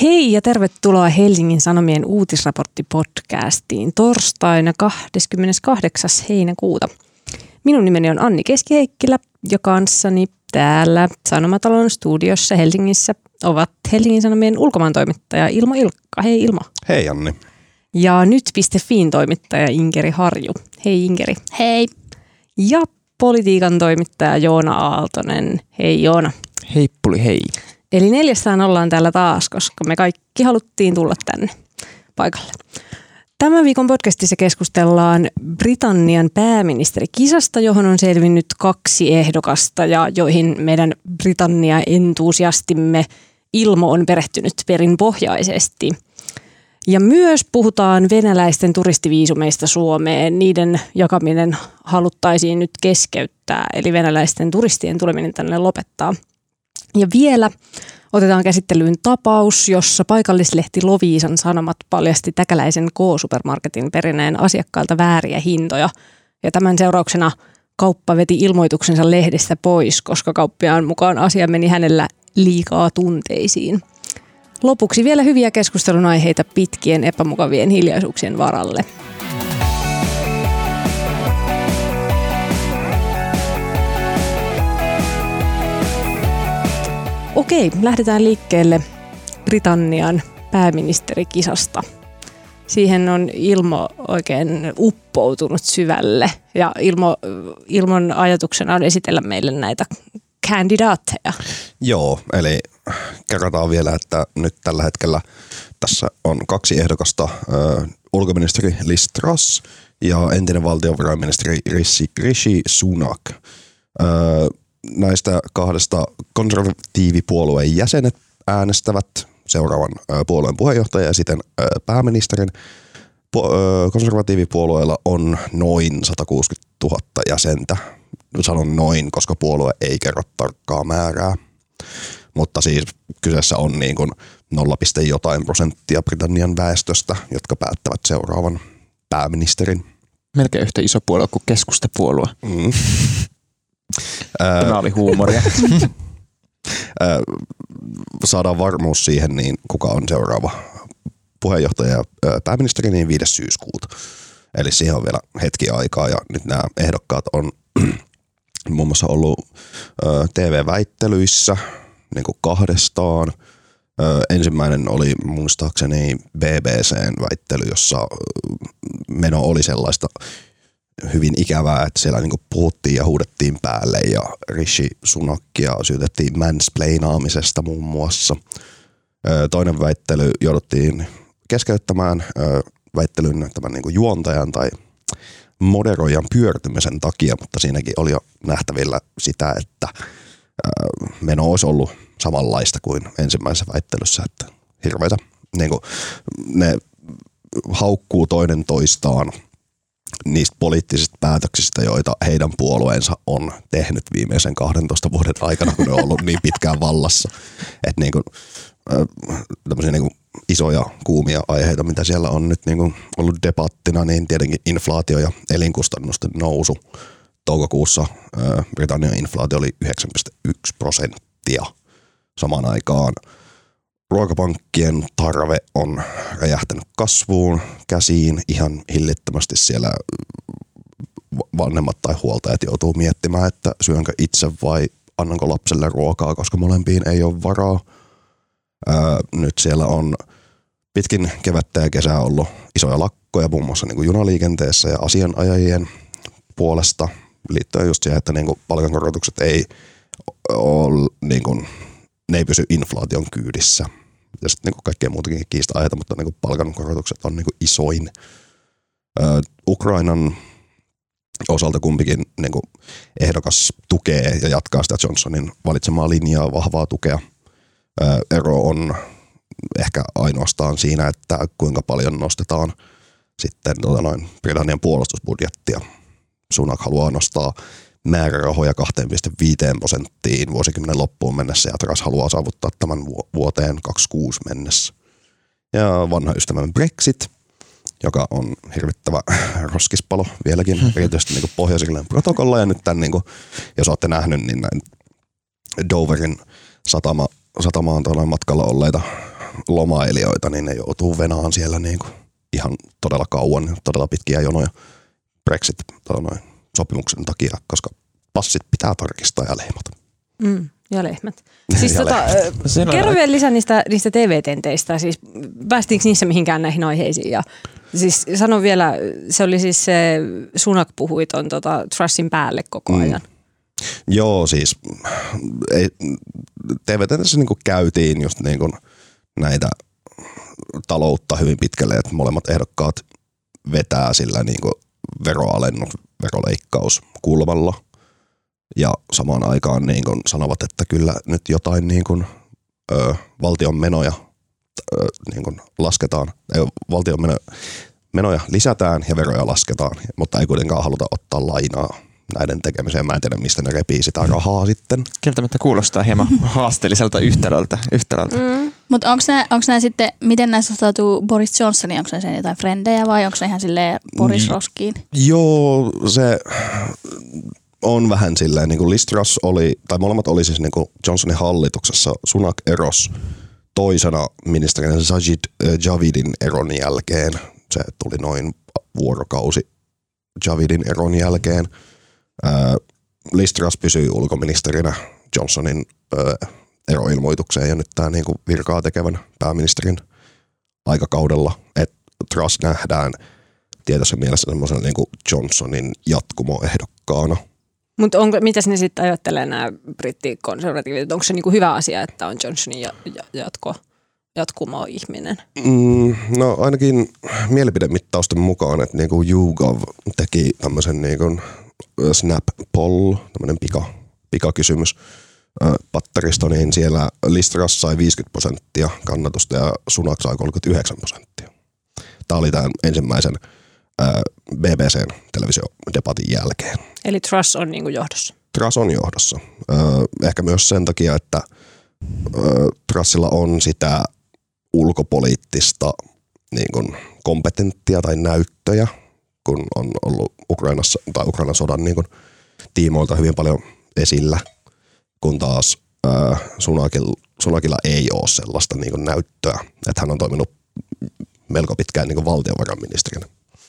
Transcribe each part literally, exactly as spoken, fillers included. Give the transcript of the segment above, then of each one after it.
Hei ja tervetuloa Helsingin Sanomien uutisraporttipodcastiin torstaina kahdeskymmeneskahdeksas heinäkuuta. Minun nimeni on Anni Keski-Heikkilä ja kanssani täällä Sanomatalon studiossa Helsingissä ovat Helsingin Sanomien ulkomaantoimittaja Ilmo Ilkka. Hei Ilmo. Hei Anni. Ja nyt piste fiin toimittaja Inkeri Harju. Hei Inkeri. Hei. Ja politiikan toimittaja Joona Aaltonen. Hei Joona. Heippuli hei. Eli neljästään ollaan täällä taas, koska me kaikki haluttiin tulla tänne paikalle. Tämän viikon podcastissa keskustellaan Britannian pääministerikisasta, johon on selvinnyt kaksi ehdokasta ja joihin meidän Britannia-entusiastimme Ilmo on perehtynyt perinpohjaisesti. Ja myös puhutaan venäläisten turistiviisumeista Suomeen. Niiden jakaminen haluttaisiin nyt keskeyttää, eli venäläisten turistien tuleminen tänne lopettaa. Ja vielä otetaan käsittelyyn tapaus, jossa paikallislehti Loviisan Sanomat paljasti Täkäläisen K-supermarketin perineen asiakkailta vääriä hintoja. Ja tämän seurauksena kauppa veti ilmoituksensa lehdestä pois, koska kauppiaan mukaan asia meni hänellä liikaa tunteisiin. Lopuksi vielä hyviä keskustelun aiheita pitkien epämukavien hiljaisuuksien varalle. Okei, lähdetään liikkeelle Britannian pääministerikisasta. Siihen on Ilmo oikein uppoutunut syvälle ja Ilmo, Ilmon ajatuksena on esitellä meille näitä kandidaatteja. Joo, eli kerrotaan vielä, että nyt tällä hetkellä tässä on kaksi ehdokasta, äh, ulkoministeri Liz Truss ja entinen valtiovarainministeri Rishi, Rishi Sunak. Äh, näistä kahdesta konservatiivipuolueen jäsenet äänestävät seuraavan äh, puolueen puheenjohtajan ja sitten äh, pääministerin. Po- äh, konservatiivipuolueella on noin sata kuusikymmentätuhatta jäsentä. Sanon noin, koska puolue ei kerro tarkkaa määrää. Mutta siis kyseessä on niin kuin nolla pilkku jotain prosenttia Britannian väestöstä, jotka päättävät seuraavan pääministerin. Melkein yhtä iso puolue kuin keskustapuolue. Mm. Tämä oli huumoria. Saadaan varmuus siihen, niin kuka on seuraava puheenjohtaja ja pääministeri, niin viides syyskuuta. Eli siihen on vielä hetki aikaa ja nyt nämä ehdokkaat on muun muassa ollut T V-väittelyissä niin kuin kahdestaan. Ensimmäinen oli muistaakseni B B C:n väittely, jossa meno oli sellaista hyvin ikävää, että siellä niin kuin puhuttiin ja huudettiin päälle ja Rishi Sunakia syytettiin mansplainaamisesta muun muassa. Toinen väittely jouduttiin keskeyttämään väittelyn tämän niin kuin juontajan tai moderoijan pyörtymisen takia, mutta siinäkin oli jo nähtävillä sitä, että meno olisi ollut samanlaista kuin ensimmäisessä väittelyssä, että hirveitä niin kuin, ne haukkuu toinen toistaan niistä poliittisista päätöksistä, joita heidän puolueensa on tehnyt viimeisen kahdentoista vuoden aikana, kun ne on ollut niin pitkään vallassa. Että niin kuin, tämmöisiä niin kuin isoja kuumia aiheita, mitä siellä on nyt niin kuin ollut debattina, niin tietenkin inflaatio ja elinkustannusten nousu. Toukokuussa Britannian inflaatio oli yhdeksän pilkku yksi prosenttia. Samaan aikaan ruokapankkien tarve on räjähtänyt kasvuun käsiin ihan hillittömästi. Siellä vanhemmat tai huoltajat joutuu miettimään, että syönkö itse vai annanko lapselle ruokaa, koska molempiin ei ole varaa. Ää, nyt siellä on pitkin kevättä ja kesää ollut isoja lakkoja muun muassa niin kuin junaliikenteessä ja asianajajien puolesta liittyen just siihen, että niin kuin palkankorotukset ei ole, niin kuin, ne ei pysy inflaation kyydissä. Ja sitten niin kaikkea muutakin kiista-aiheita, mutta niin kuin palkankorotukset on niin kuin isoin. Ää, Ukrainan osalta kumpikin niin kuin ehdokas tukee ja jatkaa sitä Johnsonin valitsemaa linjaa, vahvaa tukea. Ero on ehkä ainoastaan siinä, että kuinka paljon nostetaan sitten tuota noin Britannian puolustusbudjettia. Sunak haluaa nostaa määrärahoja kaksi pilkku viisi prosenttiin vuosikymmenen loppuun mennessä ja Truss haluaa saavuttaa tämän vuoteen kaksikymmentäkuusi mennessä. Ja vanha ystävämme Brexit, joka on hirvittävä roskispalo vieläkin, erityisesti niin Pohjois-Irlannin protokolla. Ja nyt tämän, niin kuin, jos olette nähnyt, niin näin Doverin satama, satamaan tuolla matkalla olleita lomailijoita, niin ne joutuu venaan siellä niin kuin ihan todella kauan, todella pitkiä jonoja Brexit-sopimuksen takia, koska passit pitää tarkistaa ja lehmata. Mm, ja lehmät. Siis ja tota, lehmät. Kerro vielä lisää niistä, niistä T V-tenteistä, siis päästiinkö niissä mihinkään näihin aiheisiin? Ja, siis sano vielä, se oli siis se, Sunak puhui ton tota, Trussin päälle koko ajan. Mm. Joo, siis ei, T V-tenteissä niin käytiin just niin kuin näitä taloutta hyvin pitkälle, että molemmat ehdokkaat vetää sillä niin kuin veroalennus, veroleikkaus kulmalla. Ja samaan aikaan niin kuin sanovat, että kyllä nyt jotain niin kuin, ö, valtion menoja ö, niin kuin lasketaan, ei, valtion meno, menoja lisätään ja veroja lasketaan, mutta ei kuitenkaan haluta ottaa lainaa näiden tekemiseen. Mä en tiedä, mistä ne repii sitä rahaa sitten. Kieltämättä kuulostaa hieman haasteelliselta yhtälöltä. yhtälöltä. Mm. Mutta onko nämä sitten, miten näissä suhtautuu Boris Johnsoniin? Onko ne sen jotain frendejä vai onko ne ihan silleen Boris Roskiin? Joo, se on vähän silleen, niin kuin Liz Truss oli, tai molemmat oli siis niin kuin Johnsonin hallituksessa. Sunak eros toisena ministerinä Sajid Javidin eron jälkeen. Se tuli noin vuorokausi Javidin eron jälkeen. Äh, Liz Truss pysyi ulkoministerinä Johnsonin äh, eroilmoitukseen ja nyt tämä niinku virkaa tekevän pääministerin aikakaudella. Et Truss nähdään tietyssä mielessä semmoisen niinku Johnsonin jatkumoehdokkaana. Mutta mitäs ne sitten ajattelee nämä brittikonservatiivit? Onko se niinku hyvä asia, että on Johnsonin jatko, jatkumo-ihminen? Mm, no ainakin mielipidemittausten mukaan, että niinku YouGov teki tämmöisen niinku Snap Poll, tämmöinen pika, pikakysymys patterista, niin siellä Liz Truss sai viisikymmentä prosenttia kannatusta ja Sunak sai kolmekymmentäyhdeksän prosenttia. Tämä oli tämän ensimmäisen B B C:n televisiodebatin jälkeen. Eli Truss on niin kuin johdossa? Truss on johdossa. Ehkä myös sen takia, että Trussilla on sitä ulkopoliittista niin kuin kompetenttia tai näyttöjä, kun on ollut Ukrainassa tai Ukrainan sodan niin kuin tiimoilta hyvin paljon esillä, kun taas ää, Sunakilla, Sunakilla ei ole sellaista niin kuin näyttöä, että hän on toiminut melko pitkään niin kuin valtiovarainministerinä.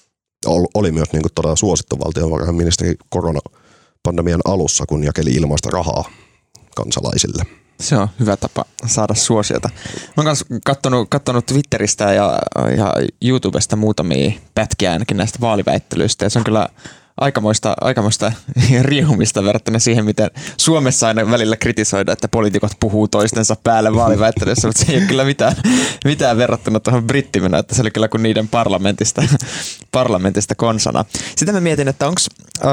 Oli myös niin kuin todella suosittu valtiovarainministeri koronapandemian alussa, kun jakeli ilmaista rahaa kansalaisille. Se on hyvä tapa saada suosiota. Mä oon myös kattonut, kattonut Twitteristä ja, ja YouTubesta muutamia pätkiä ainakin näistä vaaliväittelyistä. Ja se on kyllä aikamoista, aikamoista riehumista verrattuna siihen, miten Suomessa aina välillä kritisoidaan, että poliitikot puhuu toistensa päälle vaaliväittelyissä, mutta se ei ole kyllä mitään, mitään verrattuna tuohon brittimenoon, että se oli kyllä kuin niiden parlamentista, parlamentista konsana. Sitten mä mietin, että onko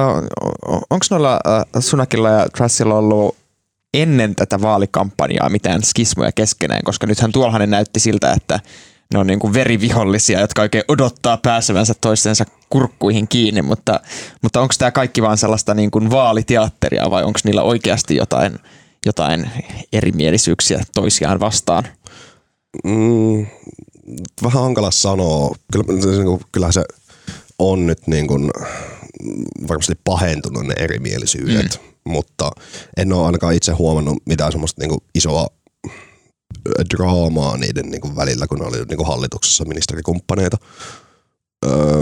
uh, noilla uh, Sunakilla ja Trussilla ollut ennen tätä vaalikampanjaa mitään skismoja keskenään, koska nythän tuollahan ne näytti siltä, että ne on niin kuin verivihollisia, jotka oikein odottaa pääsevänsä toistensa kurkkuihin kiinni, mutta, mutta onko tämä kaikki vaan sellaista niin kuin vaaliteatteria vai onko niillä oikeasti jotain, jotain erimielisyyksiä toisiaan vastaan? Mm, vähän hankala sanoa. Kyllä, kyllähän se on nyt niin kuin varmasti pahentunut ne erimielisyydet, mm. mutta en ole ainakaan itse huomannut mitään semmoista niin kuin isoa draamaa niiden niin kuin välillä, kun ne oli niin kuin hallituksessa ministerikumppaneita. Öö,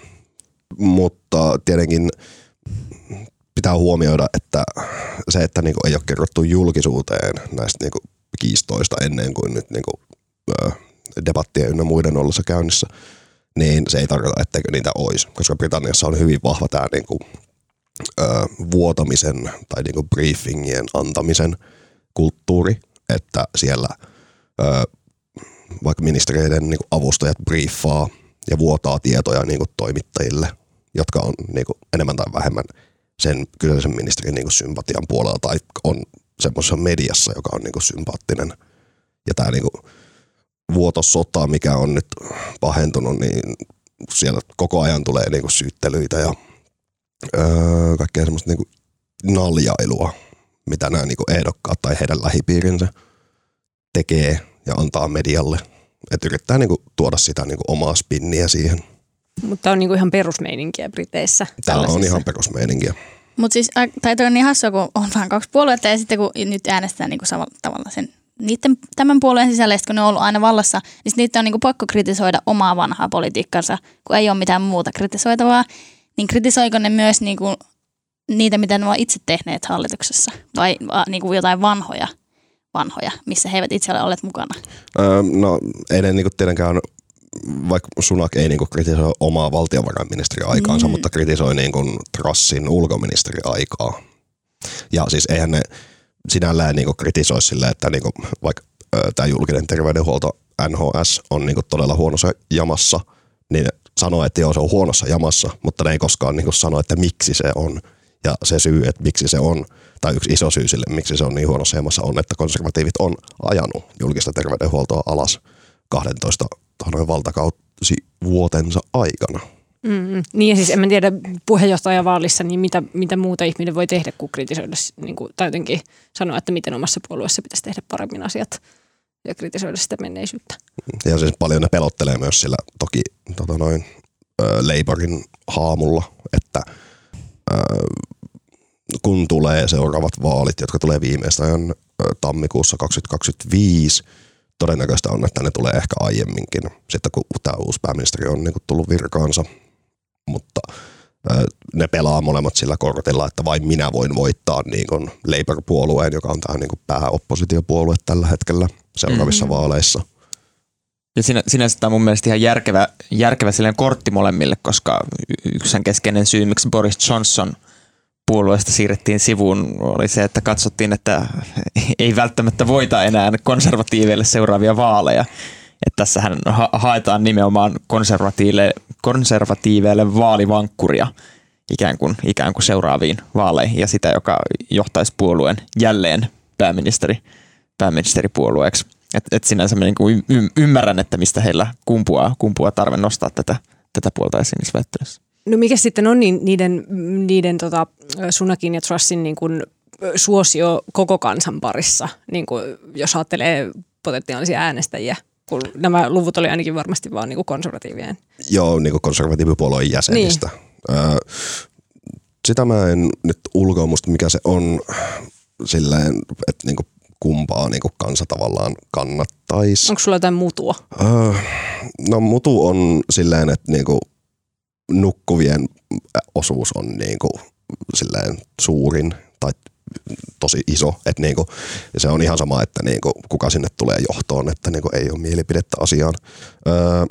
mutta tietenkin pitää huomioida, että se, että niin kuin ei ole kerrottu julkisuuteen näistä niin kuin kiistoista ennen kuin nyt niin kuin, öö, debattien ynnä muiden ollessa käynnissä, niin se ei tarkoita, etteikö niitä olisi, koska Britanniassa on hyvin vahva tämä niin kuin, öö, vuotamisen tai niin kuin briefingien antamisen kulttuuri, että siellä ö, vaikka ministeriöiden niin kuin avustajat briefaa ja vuotaa tietoja niin kuin toimittajille, jotka on niin kuin enemmän tai vähemmän sen kyseisen ministerin niin kuin sympatian puolella tai on semmoisessa mediassa, joka on niin kuin sympaattinen. Ja tämä niin kuin vuotosota, mikä on nyt pahentunut, niin siellä koko ajan tulee niin kuin syyttelyitä ja ö, kaikkea semmoista niin kuin naljailua, mitä nämä niinku ehdokkaat tai heidän lähipiirinsä tekee ja antaa medialle. Että yrittää niinku tuoda sitä niinku omaa spinniä siihen. Mutta on niinku ihan perusmeininkiä Briteissä. Tämä on ihan perusmeininkiä. Mutta siis tai toi on niin hassua, kun on vaan kaksi puoluetta ja sitten kun nyt äänestetään niinku samalla tavalla sen niiden, tämän puolueen sisällä, kun ne on ollut aina vallassa, niin niiden on niin kuin pakko kritisoida omaa vanhaa politiikkansa, kun ei ole mitään muuta kritisoitavaa. Niin kritisoiko ne myös niin kuin niitä, mitä ne ovat itse tehneet hallituksessa? Vai niin kuin jotain vanhoja, vanhoja, missä he eivät itse ole olleet mukana? Öö, no ei ne niin kuin tietenkään, vaikka Sunak ei niin kuin kritisoi omaa valtiovarainministeriaikaansa, mm. mutta kritisoi niin kuin Trussin ulkoministeriaikaa. Ja siis eihän ne sinällään niin kuin kritisoi silleen, että niin kuin vaikka tämä julkinen terveydenhuolto N H S on niin kuin todella huonossa jamassa, niin sanoo, että joo, se on huonossa jamassa, mutta ne ei koskaan niin kuin sano, että miksi se on. Ja se syy, että miksi se on, tai yksi iso syy sille, miksi se on niin huonossa jamassa, on, että konservatiivit on ajanut julkista terveydenhuoltoa alas kahdentoista valtakausi vuotensa aikana. Mm, niin ja siis en mä tiedä puheenjohtajavaalissa, niin mitä, mitä muuta ihminen voi tehdä kuin kritisoida niin kuin, tai jotenkin sanoa, että miten omassa puolueessa pitäisi tehdä paremmin asiat ja kritisoida sitä menneisyyttä. Ja siis paljon ne pelottelee myös sillä toki tota noin, äh, Labourin haamulla, että äh, kun tulee seuraavat vaalit, jotka tulee viimeistään äh, tammikuussa kaksituhattakaksikymmentäviisi, todennäköistä on, että ne tulee ehkä aiemminkin, sitten kun tämä uusi pääministeri on niin kuin tullut virkaansa, mutta äh, ne pelaa molemmat sillä kortilla, että vain minä voin voittaa niin kuin Labour-puolueen, joka on tämä niin kuin pääoppositiopuolue tällä hetkellä seuraavissa mm-hmm. vaaleissa. Ja sinä, sinänsä tämä on mun mielestä ihan järkevä, järkevä silleen kortti molemmille, koska yksi keskeinen syy, miksi Boris Johnson puolueesta siirrettiin sivuun, oli se, että katsottiin, että ei välttämättä voita enää konservatiiveille seuraavia vaaleja. Että tässähän ha- haetaan nimenomaan konservatiiveille, konservatiiveille vaalivankkuria ikään kuin, ikään kuin seuraaviin vaaleihin ja sitä, joka johtaisi puolueen jälleen pääministeri, pääministeripuolueeksi. Et, et sinänsä mä niinku y- ymmärrän, että mistä heillä kumpuaa, kumpuaa tarve nostaa tätä, tätä puolta esiin niissä väittelyssä. No mikä sitten on niin, niiden, niiden tota, Sunakin ja Trussin niin kuin suosio koko kansan parissa, niin kuin, jos ajattelee potentiaalisia äänestäjiä, kun nämä luvut oli ainakin varmasti vaan niin kuin konservatiivien. Joo, niin kuin konservatiivipuolueen jäsenistä. Niin. Öö, sitä mä en nyt ulkoa musta, mikä se on silleen, että niin kuin kumpaa niin kuin kansa tavallaan kannattaisi. Onko sulla jotain mutua? Öö, no mutu on silleen, että niin kuin nukkuvien osuus on niin kuin silleen suurin tai tosi iso, että niinku, ja se on ihan sama, että niinku, kuka sinne tulee johtoon, että niinku, ei ole mielipidettä asiaan. Öö,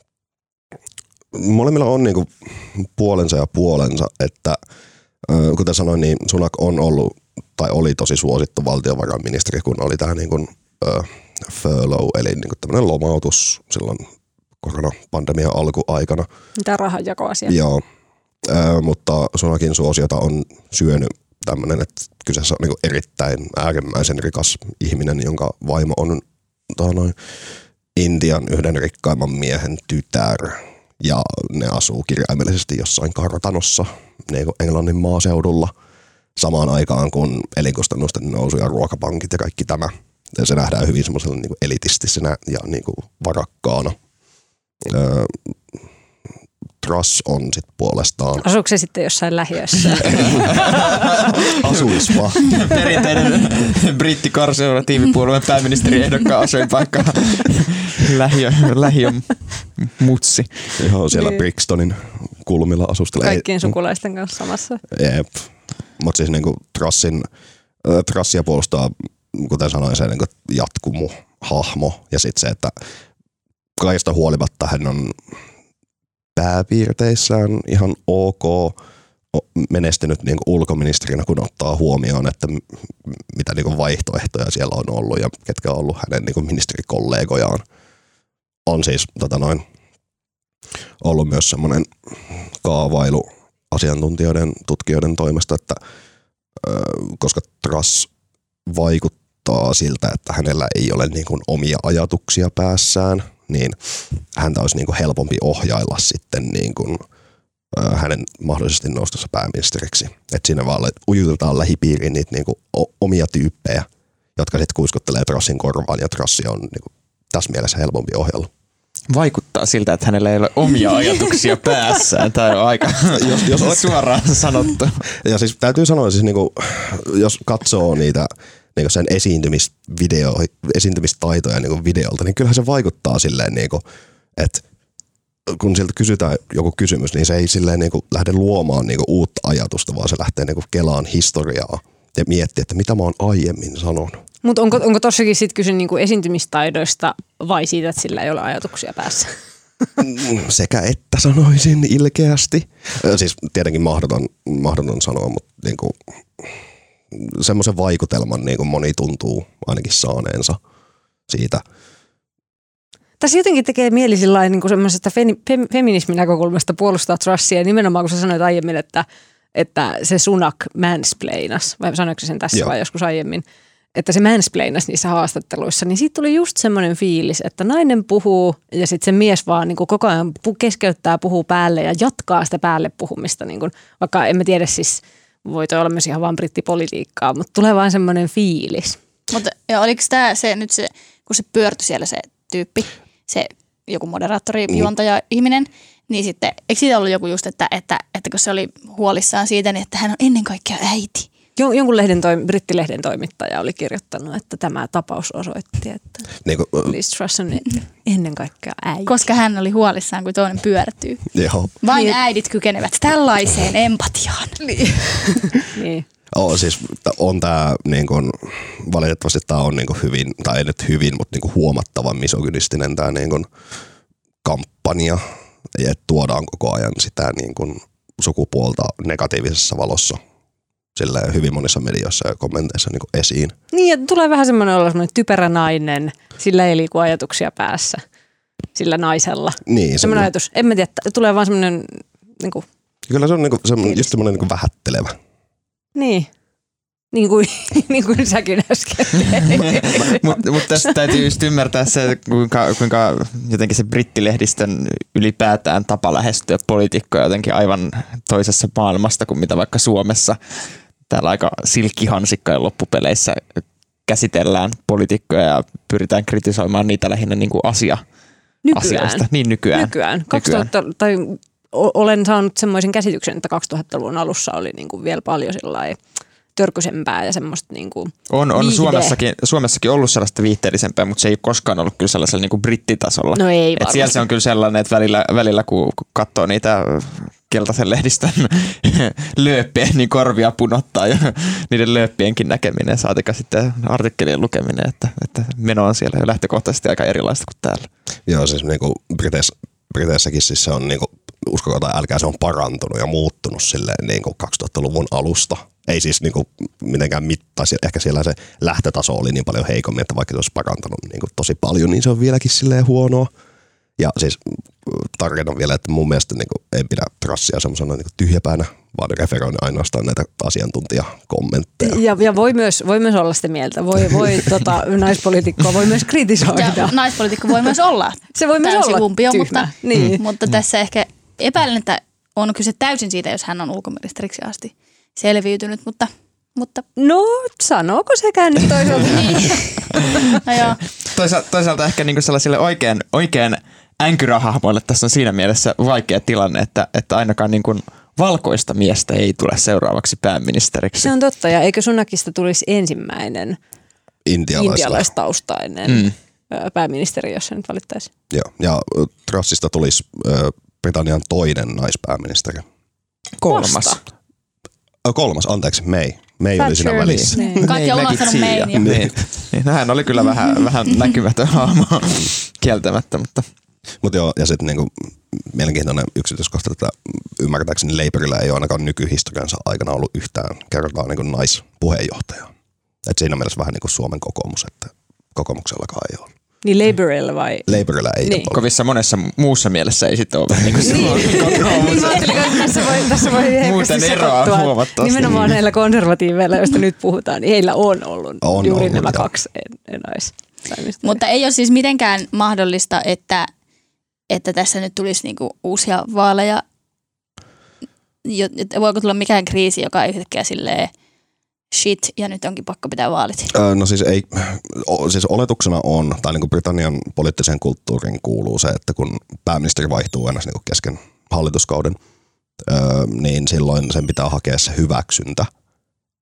molemmilla on niinku puolensa ja puolensa, että öö, kuten sanoin, niin Sunak on ollut tai oli tosi suosittu valtiovarainministeri, kun oli tämä niinku, öö, furlough, eli niinku tämmöinen lomautus silloin koronapandemian alkuaikana. Mitä rahanjakoasia? Joo, öö, mutta Sunakin suosiota on syönyt tämmöinen, että kyseessä on niin erittäin äärimmäisen rikas ihminen, jonka vaimo on noin, Intian yhden rikkaimman miehen tytär. Ja ne asuu kirjaimellisesti jossain kartanossa niin Englannin maaseudulla samaan aikaan, kun elinkustannusten nousu ja ruokapankit ja kaikki tämä. Ja se nähdään hyvin semmoisella niin elitistisenä ja niin varakkaana. Öö, Truss on sitten puolestaan. Asuuko se sitten jossain lähiössä? Asuispa. Perinteinen britti-konservatiivipuolueen pääministeri ehdokkaan asuinpaikka. Lähiö, lähiö mutsi. Joo, siellä niin. Brixtonin kulmilla asustelee. Kaikkien sukulaisten kanssa samassa. Jep. Mutta siis niinku Trussin, äh, Trussia puolustaa, kuten sanoin, se niinku jatkumu hahmo. Ja sitten se, että kaikesta huolimatta hän on pääpiirteissään ihan ok menestynyt niin kuin ulkoministerinä, kun ottaa huomioon, että mitä niin kuin vaihtoehtoja siellä on ollut ja ketkä on ollut hänen niin kuin ministerikollegojaan. On siis tota noin, ollut myös semmoinen kaavailu asiantuntijoiden, tutkijoiden toimesta, että ö, koska Truss vaikuttaa siltä, että hänellä ei ole niin kuin omia ajatuksia päässään, niin häntä olisi niin kuin helpompi ohjailla sitten niin kuin, äh, hänen mahdollisesti noustessa pääministeriksi. Että siinä vaan ujutetaan lähipiiriin niitä niin kuin omia tyyppejä, jotka sitten kuiskuttelee Trussin korvaan, ja Trussi on niin kuin tässä mielessä helpompi ohjalla. Vaikuttaa siltä, että hänellä ei ole omia ajatuksia päässään. Tämä on aika jos, jos suoraan sanottu. Ja siis täytyy sanoa, siis niin kuin, jos katsoo niitä niin sen esiintymisvideo, esiintymistaitoja niin videolta, niin kyllähän se vaikuttaa silleen, niin kuin, että kun siltä kysytään joku kysymys, niin se ei silleen niin kuin lähde luomaan niin kuin uutta ajatusta, vaan se lähtee niin kuin kelaan historiaa ja miettiä, että mitä mä oon aiemmin sanonut. Mutta onko, onko tossakin sitten kyse niinku esiintymistaidoista vai siitä, että sillä ei ole ajatuksia päässä? Sekä että sanoisin ilkeästi. Siis tietenkin mahdoton, mahdoton sanoa, mutta niinku, semmoisen vaikutelman niinku moni tuntuu ainakin saaneensa siitä. Tässä jotenkin tekee mieli sillain niin semmoisesta fem, feminismin näkökulmasta puolustaa Trussia, nimenomaan kun sä sanoit aiemmin, että, että se Sunak mansplainas, vai sanoiko sen tässä Joo. vai joskus aiemmin, että se mansplainas niissä haastatteluissa, niin siitä tuli just semmoinen fiilis, että nainen puhuu ja sitten se mies vaan niin kuin koko ajan keskeyttää, puhuu päälle ja jatkaa sitä päälle puhumista, niin kuin, vaikka emme tiedä siis, voi toi olla myös ihan vaan brittipolitiikkaa, mutta tulee vaan semmoinen fiilis. Mutta oliko tämä se nyt se, kun se pyörtyi siellä se tyyppi, se joku moderaattori, juontaja, ihminen, niin sitten, eikö siitä ollut joku just, että, että, että kun se oli huolissaan siitä, niin että hän on ennen kaikkea äiti. Jonkun lehden toim- brittilehden toimittaja oli kirjoittanut, että tämä tapaus osoitti, että niin kuin, Liz Truss on ennen kaikkea äiti. Koska hän oli huolissaan, kun toinen pyörtyy. Joo. Vain niin, äidit kykenevät tällaiseen empatiaan. Niin. niin. Oh, siis on tämä niin kuin, valitettavasti tämä on niin kuin hyvin, tai ei nyt hyvin, mutta niin kuin huomattavan misogynistinen tämä niin kuin kampanja, ja tuodaan koko ajan sitä niin kuin sukupuolta negatiivisessa valossa. Sillä hyvin monissa medioissa ja kommenteissa niin kuin esiin. Niin, ja tulee vähän semmoinen olla semmoinen typerä nainen, sillä ei liiku ajatuksia päässä, sillä naisella. Niin. Semmoinen ajatus, en mä tiedä, tulee vaan semmoinen niin kuin, kyllä se on niin kuin, semmoinen, just semmoinen niin kuin vähättelevä. Niin. Niin kuin, niin kuin säkin äsken. Mutta mut tässä täytyy just ymmärtää se, kuinka, kuinka jotenkin se brittilehdistön ylipäätään tapa lähestyä poliitikkoja jotenkin aivan toisessa maailmasta kuin mitä vaikka Suomessa. Täällä aika silkkihansikkojen loppupeleissä käsitellään poliitikkoja ja pyritään kritisoimaan niitä lähinnä niin kuin asia, nykyään. asioista. Niin nykyään. Nykyään. kaksituhatta, tai olen saanut semmoisen käsityksen, että kaksituhattaluvun alussa oli niin kuin vielä paljon sellainen törkysempää ja semmoista niinku On, on Suomessakin, Suomessakin ollut sellaista viihteellisempää, mutta se ei koskaan ollut kyllä sellaisella niinku brittitasolla. No ei varmasti. Siellä se on kyllä sellainen, että välillä, välillä kun katsoo niitä keltaisen lehdistön lööppejä, niin korvia punottaa ja niiden lööppienkin näkeminen, saatika sitten artikkelien lukeminen, että, että meno on siellä jo lähtökohtaisesti aika erilaista kuin täällä. Joo, siis niinku Briteissä, Briteissäkin siis se on niinku, uskokaa tai älkää, se on parantunut ja muuttunut silleen niinku kaksituhattaluvun alusta. Ei siis niinku mitenkään mittaisi. Ehkä siellä se lähtötaso oli niin paljon heikommin, että vaikka se olisi parantanut niinku tosi paljon, niin se on vieläkin silleen huonoa. Ja siis tarkennan vielä, että mun mielestä niinku en pidä Trussia semmoisena niinku tyhjäpäänä, vaan referoin ainoastaan näitä asiantuntijakommentteja. Ja, ja voi, myös, voi myös olla sitä mieltä. Voi, voi tota, naispoliitikkoa voi myös kritisoida. Ja naispoliitikko voi myös olla se voi myös olla umpio, tyhmä. mutta, niin. mutta tässä ehkä epäilen, että on kyse täysin siitä, jos hän on ulkoministeriksi asti selviytynyt, mutta... mutta... No, sanooko sekään nyt toisaalta? Niin. No joo. Toisaalta, toisaalta ehkä niinku sellaisille oikein, oikein änkyrahahmoille tässä on siinä mielessä vaikea tilanne, että, että ainakaan niinku valkoista miestä ei tule seuraavaksi pääministeriksi. Se on totta, ja eikö Sunakista tulisi ensimmäinen intialaistaustainen mm. pääministeri, jos se nyt valittaisi? Joo, ja Trussista tulisi Britannian toinen naispääministeri. Kolmas. Vasta. Kolmas, anteeksi, May. May oli siinä välissä. Niin. Kaikki on unohtanut Mayn. Niin. Niin. No, hän oli kyllä vähän, vähän näkymätön hahmo kieltämättä, mutta... Mutta joo, ja sitten niinku, mielenkiintoinen yksityiskohta, että ymmärtääkseni Labourilla ei ole ainakaan nykyhistoriansa aikana ollut yhtään kertaa niinku naispuheenjohtajaa. Et siinä mielessä vähän niin kuin Suomen kokoomus, että kokoomuksellakaan ei ole. Niin Labourilla vai? Labourilla ei niin. ole. Kovissa monessa muussa mielessä ei sitten ole niin kuin Suomen kokoomus. Niin mä ajattelin, että tässä voi, tässä voi muuten eroa huomattavasti. Nimenomaan näillä konservatiiveilla, joista nyt puhutaan, niin heillä on ollut on juuri ollut, nämä joo. kaksi naispääministeriä. Mutta ei ole siis mitenkään mahdollista, että, että tässä nyt tulisi niinku uusia vaaleja. Voiko tulla mikään kriisi, joka ei yhtäkkiä silleen shit, ja nyt onkin pakko pitää vaalit? Öö, no siis ei, o, siis oletuksena on, tai niin kuin Britannian poliittiseen kulttuuriin kuuluu se, että kun pääministeri vaihtuu aina niin kuin kesken hallituskauden, öö, niin silloin sen pitää hakea se hyväksyntä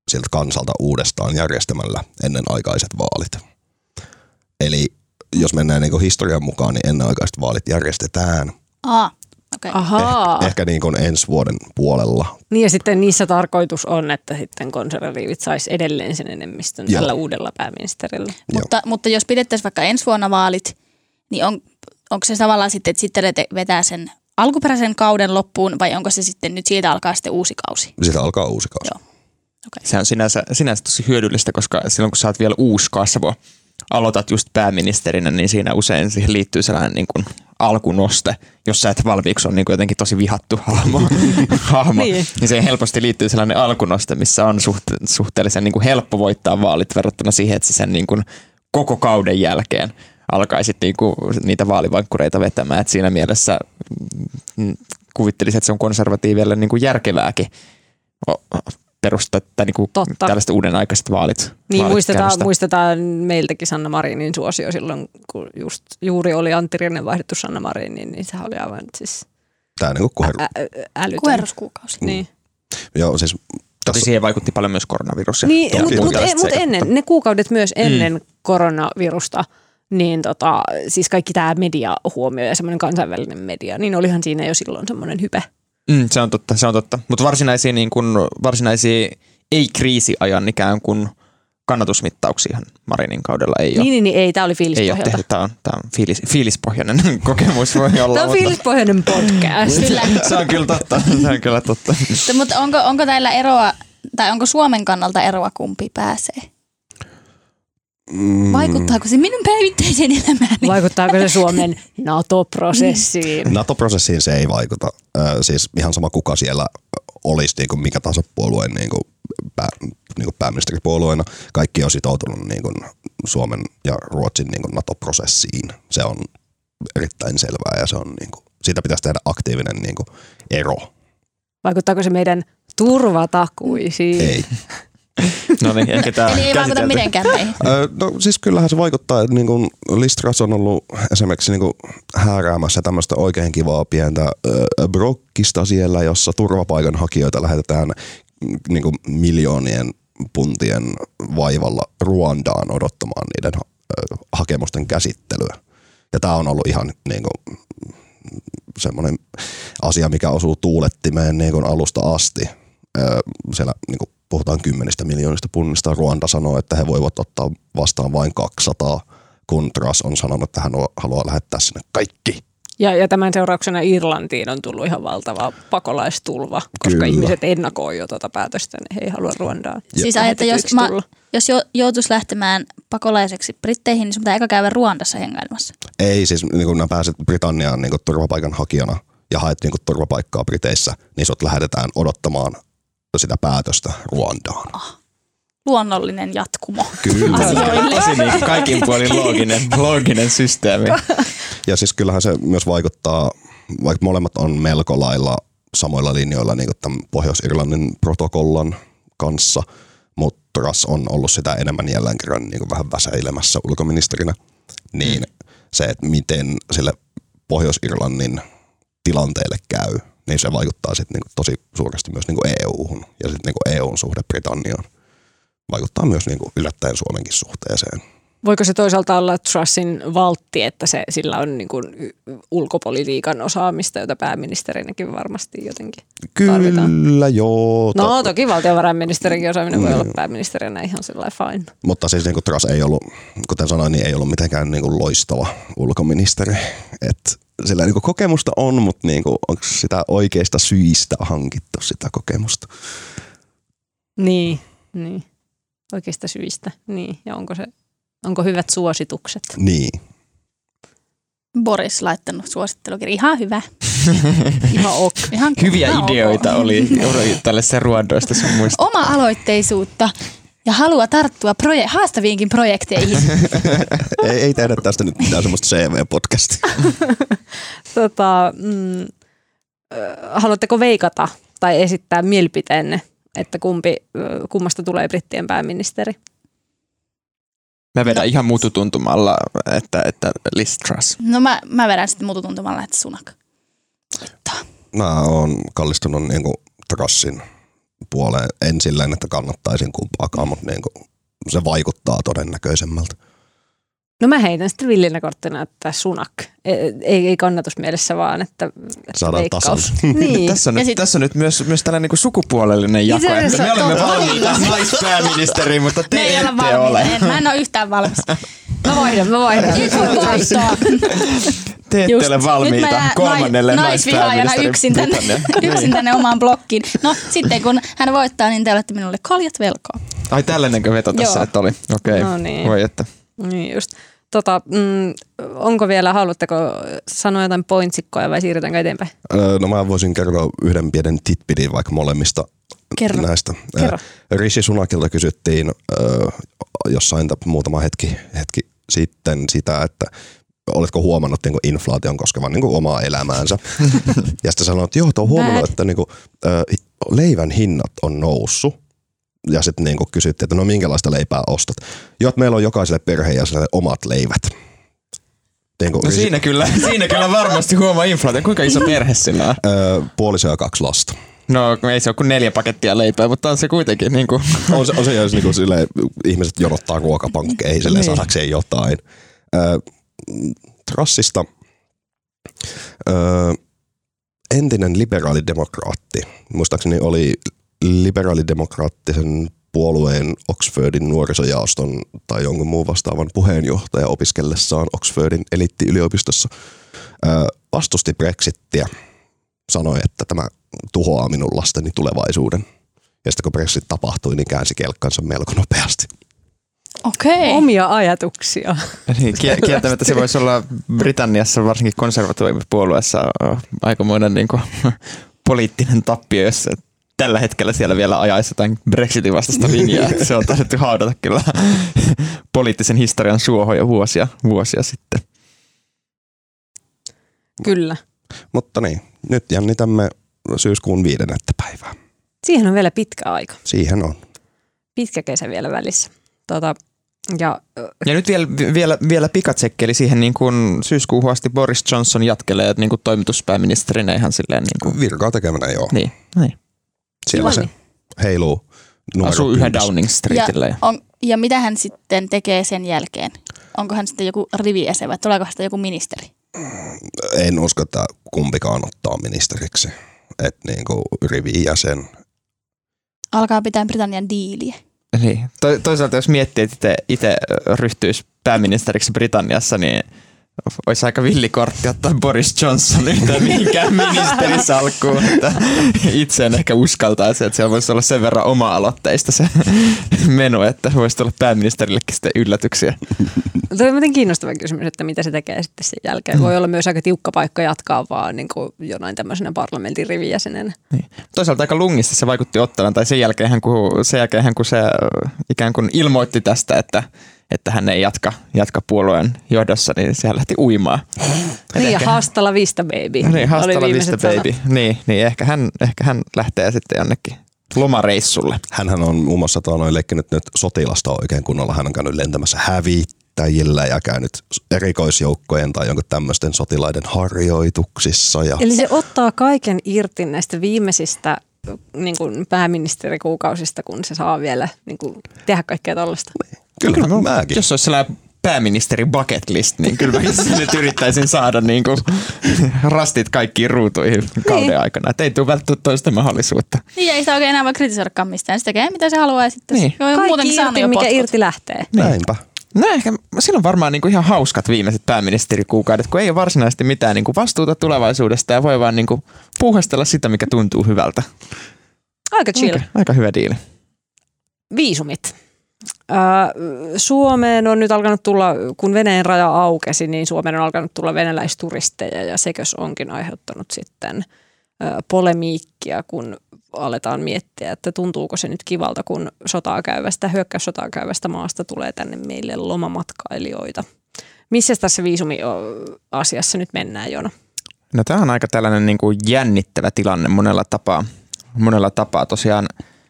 siltä kansalta uudestaan järjestämällä ennenaikaiset vaalit. Eli jos mennään niin kuin historian mukaan, niin ennenaikaiset vaalit järjestetään Aa, okei. Okay. Ahaa. eh, ehkä niin kuin ensi vuoden puolella. Niin ja sitten niissä tarkoitus on, että sitten konservatiivit sais edelleen sen enemmistön Joo. tällä uudella pääministerillä. Mutta, mutta jos pidettäisiin vaikka ensi vuonna vaalit, niin on, onko se tavallaan sitten, että sitten te vetää sen alkuperäisen kauden loppuun vai onko se sitten nyt siitä alkaa sitten uusi kausi? Siitä alkaa uusi kausi. Joo. Okay. Se on sinänsä, sinänsä tosi hyödyllistä, koska silloin kun sä oot vielä uusi kasvo, aloitat just pääministerinä, niin siinä usein siihen liittyy sellainen niin kuin alkunoste, jos sä et valmiiksi on niin kuin jotenkin tosi vihattu hahmo, hahmo Niin. niin siihen helposti liittyy sellainen alkunoste, missä on suhte- suhteellisen niin kuin helppo voittaa vaalit verrattuna siihen, että sä sen niin kuin koko kauden jälkeen alkaisit niin kuin niitä vaalivankkureita vetämään. Et siinä mielessä mm, kuvittelisin, että se on konservatiiville niin kuin järkevääkin perustaa tai niin kuin tällaiset uuden aikaiset vaalit. Niin vaalit muistetaan, käynnistää. muistetaan meiltäkin Sanna Marinin suosio silloin, kun just juuri oli Antti Rinne vaihdettu Sanna Mariniin, niin se oli aivan siis Tämä niin kuin kuher... ä- ä- älytön. Kuherruskuukausi. Niin, Joo, siis Tosi tässä, siihen vaikutti paljon myös koronavirus. ja- niin ja mutta muut mut, tällaiset mut seikat, ennen, mutta- ne kuukaudet myös ennen mm. koronavirusta, niin tota, siis kaikki tämä mediahuomio ja semmoinen kansainvälinen media, niin olihan siinä jo silloin semmoinen hype. Mm, se on totta, se on totta. Mutta varsinaisia, niin kun, varsinaisia ei-kriisiajan ikään kuin kannatusmittauksia Marinin kaudella ei ole. Niin, niin, niin ei, tämä oli Ei ole fiilispohjalta. tehty. Tämä on, tämä on fiilis, fiilispohjainen kokemus voi olla. Tämä on mutta- fiilispohjainen podcast. Kyllä. Se on kyllä totta. Se on kyllä totta. Mutta onko, onko täällä eroa, tai onko Suomen kannalta eroa, kumpi pääsee? mm, Vaikuttaako se minun päivittäiseen elämääni? Vaikuttaako se Suomen NATO-prosessiin? NATO-prosessiin se ei vaikuta. Ö, siis ihan sama kuka siellä olisi niin kuin mikä tahansa puolueen niin kuin pää, niin kuin pääministeripuolueena. Kaikki on sitoutunut niin kuin Suomen ja Ruotsin niin kuin NATO-prosessiin. Se on erittäin selvää ja se on, niin kuin, siitä pitäisi tehdä aktiivinen niin kuin ero. Vaikuttaako se meidän turvatakuisiin? Ei. No niin, ehkä tämä Eli ei vaikuta mitenkään meihin. Ö, no siis kyllähän se vaikuttaa, että niin kuin Liz Truss on ollut esimerkiksi niin kuin hääräämässä tämmöistä oikein kivaa pientä ö, brokkista siellä, jossa turvapaikanhakijoita lähetetään niin kuin miljoonien puntien vaivalla Ruandaan odottamaan niiden ö, hakemusten käsittelyä. Ja tämä on ollut ihan niin kuin semmoinen asia, mikä osuu tuulettimeen niin kuin alusta asti. Ö, siellä niin kuin puhutaan kymmenistä miljoonista punnista. Ruanda sanoo, että he voivat ottaa vastaan vain kaksisataa, kun Truss on sanonut, että hän haluaa lähettää sinne kaikki. Ja, ja tämän seurauksena Irlantiin on tullut ihan valtava pakolaistulva, koska Kyllä. ihmiset ennakoi jo tuota päätöstä, niin he ei halua Ruandaan. Siis ai, että jos, mä, jos jo, joutuisi lähtemään pakolaiseksi Britteihin, niin sun pitää eka käydä Ruandassa hengailemassa. Ei siis, niin kun nää pääset Britanniaan niin kun turvapaikanhakijana ja haet niin kun turvapaikkaa Briteissä, niin sut lähetetään odottamaan sitä päätöstä Ruandaan. Ah, luonnollinen jatkumo. Kyllä. Asioille. Tosi niin kaikin puolin looginen, looginen systeemi. Ja siis kyllähän se myös vaikuttaa, vaikka molemmat on melko lailla samoilla linjoilla niin kuin tämän Pohjois-Irlannin protokollan kanssa, mutta Truss on ollut sitä enemmän jälleen kerran niin kuin vähän väsäilemässä ulkoministerinä, niin mm. se, että miten sille Pohjois-Irlannin tilanteelle käy, niin se vaikuttaa sitten niin tosi suuresti myös niin kuin E U-hun ja sitten niin E U:n suhde Britanniaan. Vaikuttaa myös niin kuin yllättäen Suomenkin suhteeseen. Voiko se toisaalta olla Trussin valtti, että se, sillä on niin kuin ulkopolitiikan osaamista, jota pääministerinäkin varmasti jotenkin tarvitaan? Kyllä, joo. No toki valtiovarainministerinkin osaaminen voi olla pääministerinä ihan sellainen fine. Mutta siis niin kuin Truss ei ollut, kuten sanoin, niin ei ollut mitenkään niin kuin loistava ulkoministeri. Et sillä niin kuin kokemusta on, mutta niin kuin, onko sitä oikeista syistä hankittu sitä kokemusta? Niin, niin. Oikeista syistä. Niin. Ja onko se Onko hyvät suositukset? Niin. Boris laittanut suosittelukirja. Ihan hyvä. Ihan ok. Ihan, Hyviä ihan ideoita ok. oli, oli tällaisessa ruodoista sun muista. Oma-aloitteisuutta ja halua tarttua proje- haastaviinkin projekteihin. ei, ei tehdä tästä nyt mitään semmoista C V-podcastia. tota, mm, äh, haluatteko veikata tai esittää mielipiteenne, että kumpi, äh, kummasta tulee brittien pääministeri? Mä vedän ihan mututuntumalla, että, että Liz Truss. No mä, mä vedän sitten mututuntumalla, että Sunak. Mä oon kallistunut niinku Trussin puoleen. En silleen, että kannattaisin kumpaakaan, mutta niin kuin se vaikuttaa todennäköisemmältä. No mä heitän sitten villinä korttina, että Sunak. Ei, ei kannatusmielessä vaan, että, että saadaan tasan. Niin. tässä, on nyt, sit... tässä on nyt myös, myös tällainen niin sukupuolellinen jako, niin että me olemme valmiita naispääministeriin, mutta te me ette ole. En, mä en ole yhtään valmis. Mä vaihdan, mä vaihdan. Nyt voi vaihtaa. Te ette ole valmiita kolmannelle naispääministerin yksin tänne, yksin tänne omaan blokkiin. No sitten kun hän voittaa, niin te olette minulle kaljat velkaa. Ai tällainenkö veto tässä, että oli? Okei, okay. No niin. Voi että. Niin just. Tota, mm, onko vielä, haluatteko sanoa jotain pointsikkoja vai siirrytäänkö eteenpäin? Öö, no mä voisin kertoa yhden pienen titpidin vaikka molemmista Kerro. näistä. Kerro. Rishi Sunakilta kysyttiin öö, jossain muutama hetki, hetki sitten sitä, että oletko huomannut niin kuin inflaation koskevan niin kuin omaa elämäänsä. Ja sitten sanoit, että joo, oon huomannut, Bad. että niin kuin, öö, leivän hinnat on noussut. Ja sitten niinku kysyttiin, että no minkälaista leipää ostat. Joo, meillä on jokaiselle perheenjäsenelle omat leivät. Niinku, no siinä kyllä, siinä kyllä varmasti huomaa inflaatio. Kuinka iso perhe sillä on? Öö, puoliso ja kaksi lasta. No ei se ole kuin neljä pakettia leipää, mutta on se kuitenkin. Niin kuin. On se, on se jos niinku silleen, ihmiset jonottaa ruokapankkeihin silleen niin. Saadakseen jotain. Öö, Trassista öö, entinen liberaalidemokraatti, muistaakseni oli liberaalidemokraattisen puolueen Oxfordin nuorisojaoston tai jonkun muun vastaavan puheenjohtaja opiskellessaan Oxfordin eliittiyliopistossa ää, vastusti Brexittiä, sanoi, että tämä tuhoaa minun lasteni tulevaisuuden. Ja sitten kun Brexit tapahtui, niin käänsi kelkkansa melko nopeasti. Okei. Omia ajatuksia. Niin, kieltämättä se voisi olla Britanniassa, varsinkin konservatiivipuolueessa, aikamoinen niin kuin, poliittinen tappio, jos tällä hetkellä siellä vielä ajaisi jotain Brexitin vastaista linjaa. Se on taidettu haudata kyllä poliittisen historian suohon jo vuosia, vuosia sitten. Kyllä. Mutta niin, nyt jännitämme syyskuun viidennettä päivää. Siihen on vielä pitkä aika. Siihen on. Pitkä kesä vielä välissä. Tota, ja, ja nyt vielä, vielä, vielä pikatsekki, eli siihen niin kuin syyskuuhun asti Boris Johnson jatkelee niin kuin toimituspääministerinä ihan silleen. Niin kuin virkaa tekemänä, joo. Niin, niin. Siellä se heiluu. Asuu yhä Downing Streetillä. Ja, on, ja mitä hän sitten tekee sen jälkeen? Onko hän sitten joku rivijäsen vai tuleeko sitä joku ministeri? En usko, että kumpikaan ottaa ministeriksi. Että niinku rivijäsen. Alkaa pitää Britannian diiliä. Niin. To, toisaalta jos miettii, että itse ryhtyisi pääministeriksi Britanniassa, niin olisi aika villikortti ottaa Boris Johnson yhtään mihinkään ministerisalkkuun, että itse en ehkä uskaltaisi, että siellä voisi olla sen verran oma-aloitteista se menu, että voisi tulla pääministerillekin sitten yllätyksiä. Tuo on muuten kiinnostava kysymys, että mitä se tekee sitten sen jälkeen. Voi olla myös aika tiukka paikka jatkaa vaan niin kuin jonain tämmöisenä parlamentin rivijäsenenä. Niin. Toisaalta aika lungista se vaikutti ottavan, tai sen jälkeen kun, sen jälkeen, kun se ikään kuin ilmoitti tästä, että että hän ei jatka, jatka puolueen johdossa, niin sehän lähti uimaan. Niin, ja hasta la vista baby. Niin, hasta la vista baby. Niin, niin ehkä, hän, ehkä hän lähtee sitten jonnekin lomareissulle. Hänhän on muun muassa noin leikkinyt nyt sotilasta oikein kunnolla. Hän on käynyt lentämässä hävittäjillä ja käynyt erikoisjoukkojen tai jonkun tämmöisten sotilaiden harjoituksissa. Ja eli se ottaa kaiken irti näistä viimeisistä niin kuin pääministerikuukausista, kun se saa vielä niin kuin tehdä kaikkea tollaista. Kyllä, kyllä mäkin. Jos olisi sellainen pääministeri bucket list, niin kyllä mä nyt yrittäisin saada niin kuin rastit kaikkiin ruutuihin kauden niin aikana. Että ei tule välttämättä toista mahdollisuutta. Niin, ei sitä oikein enää voi kritisoidakaan mistään. Se tekee mitä se haluaa ja sitten niin. Kaikki irti, mikä irti lähtee. Niin. Näinpä. No ehkä silloin varmaan niinku ihan hauskat viimeiset pääministerikuukaudet, kun ei ole varsinaisesti mitään niinku vastuuta tulevaisuudesta ja voi vaan niinku puuhastella sitä, mikä tuntuu hyvältä. Aika chill. Aika, aika hyvä diili. Viisumit. Äh, Suomeen on nyt alkanut tulla, kun Venäjän raja aukesi, niin Suomeen on alkanut tulla venäläisturisteja ja sekös onkin aiheuttanut sitten äh, polemiikkia, kun aletaan miettiä, että tuntuuko se nyt kivalta, kun sotaa käyvästä, hyökkäyssotaa käyvästä maasta tulee tänne meille lomamatkailijoita. Missä tässä viisumi-asiassa nyt mennään, Joona? No tämä on aika tällainen niin kuin jännittävä tilanne monella tapaa. Monella tapaa tosiaan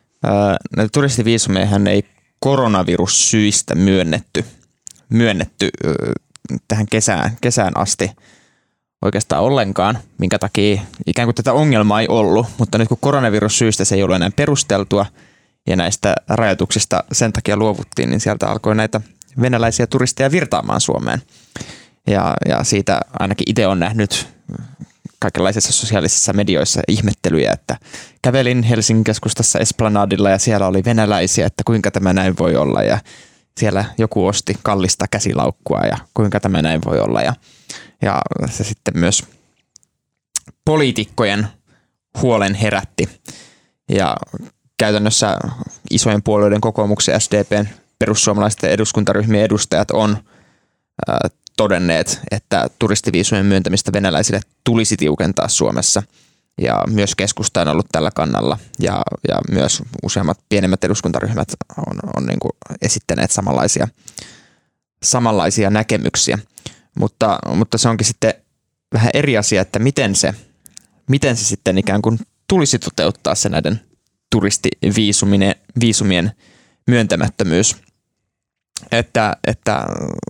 ää, turistiviisumeihän ei koronavirussyistä myönnetty, myönnetty ää, tähän kesään, kesään asti. oikeastaan ollenkaan, minkä takia ikään kuin tätä ongelmaa ei ollut, mutta nyt kun koronavirussyistä se ei ollut enää perusteltua ja näistä rajoituksista sen takia luovuttiin, niin sieltä alkoi näitä venäläisiä turisteja virtaamaan Suomeen. Ja, ja siitä ainakin itse olen nähnyt kaikenlaisissa sosiaalisissa medioissa ihmettelyjä, että kävelin Helsingin keskustassa Esplanadilla ja siellä oli venäläisiä, että kuinka tämä näin voi olla ja siellä joku osti kallista käsilaukkua ja kuinka tämä näin voi olla ja, ja se sitten myös poliitikkojen huolen herätti ja käytännössä isojen puolueiden kokoomuksen, S D P:n, perussuomalaisten eduskuntaryhmien edustajat on ää, todenneet, että turistiviisujen myöntämistä venäläisille tulisi tiukentaa Suomessa. Ja myös keskusta on ollut tällä kannalla ja, ja myös useammat pienemmät eduskuntaryhmät on, on niin kuin esittäneet samanlaisia, samanlaisia näkemyksiä. Mutta, mutta se onkin sitten vähän eri asia, että miten se, miten se sitten ikään kuin tulisi toteuttaa se näiden turistiviisumien viisumien myöntämättömyys. Että, että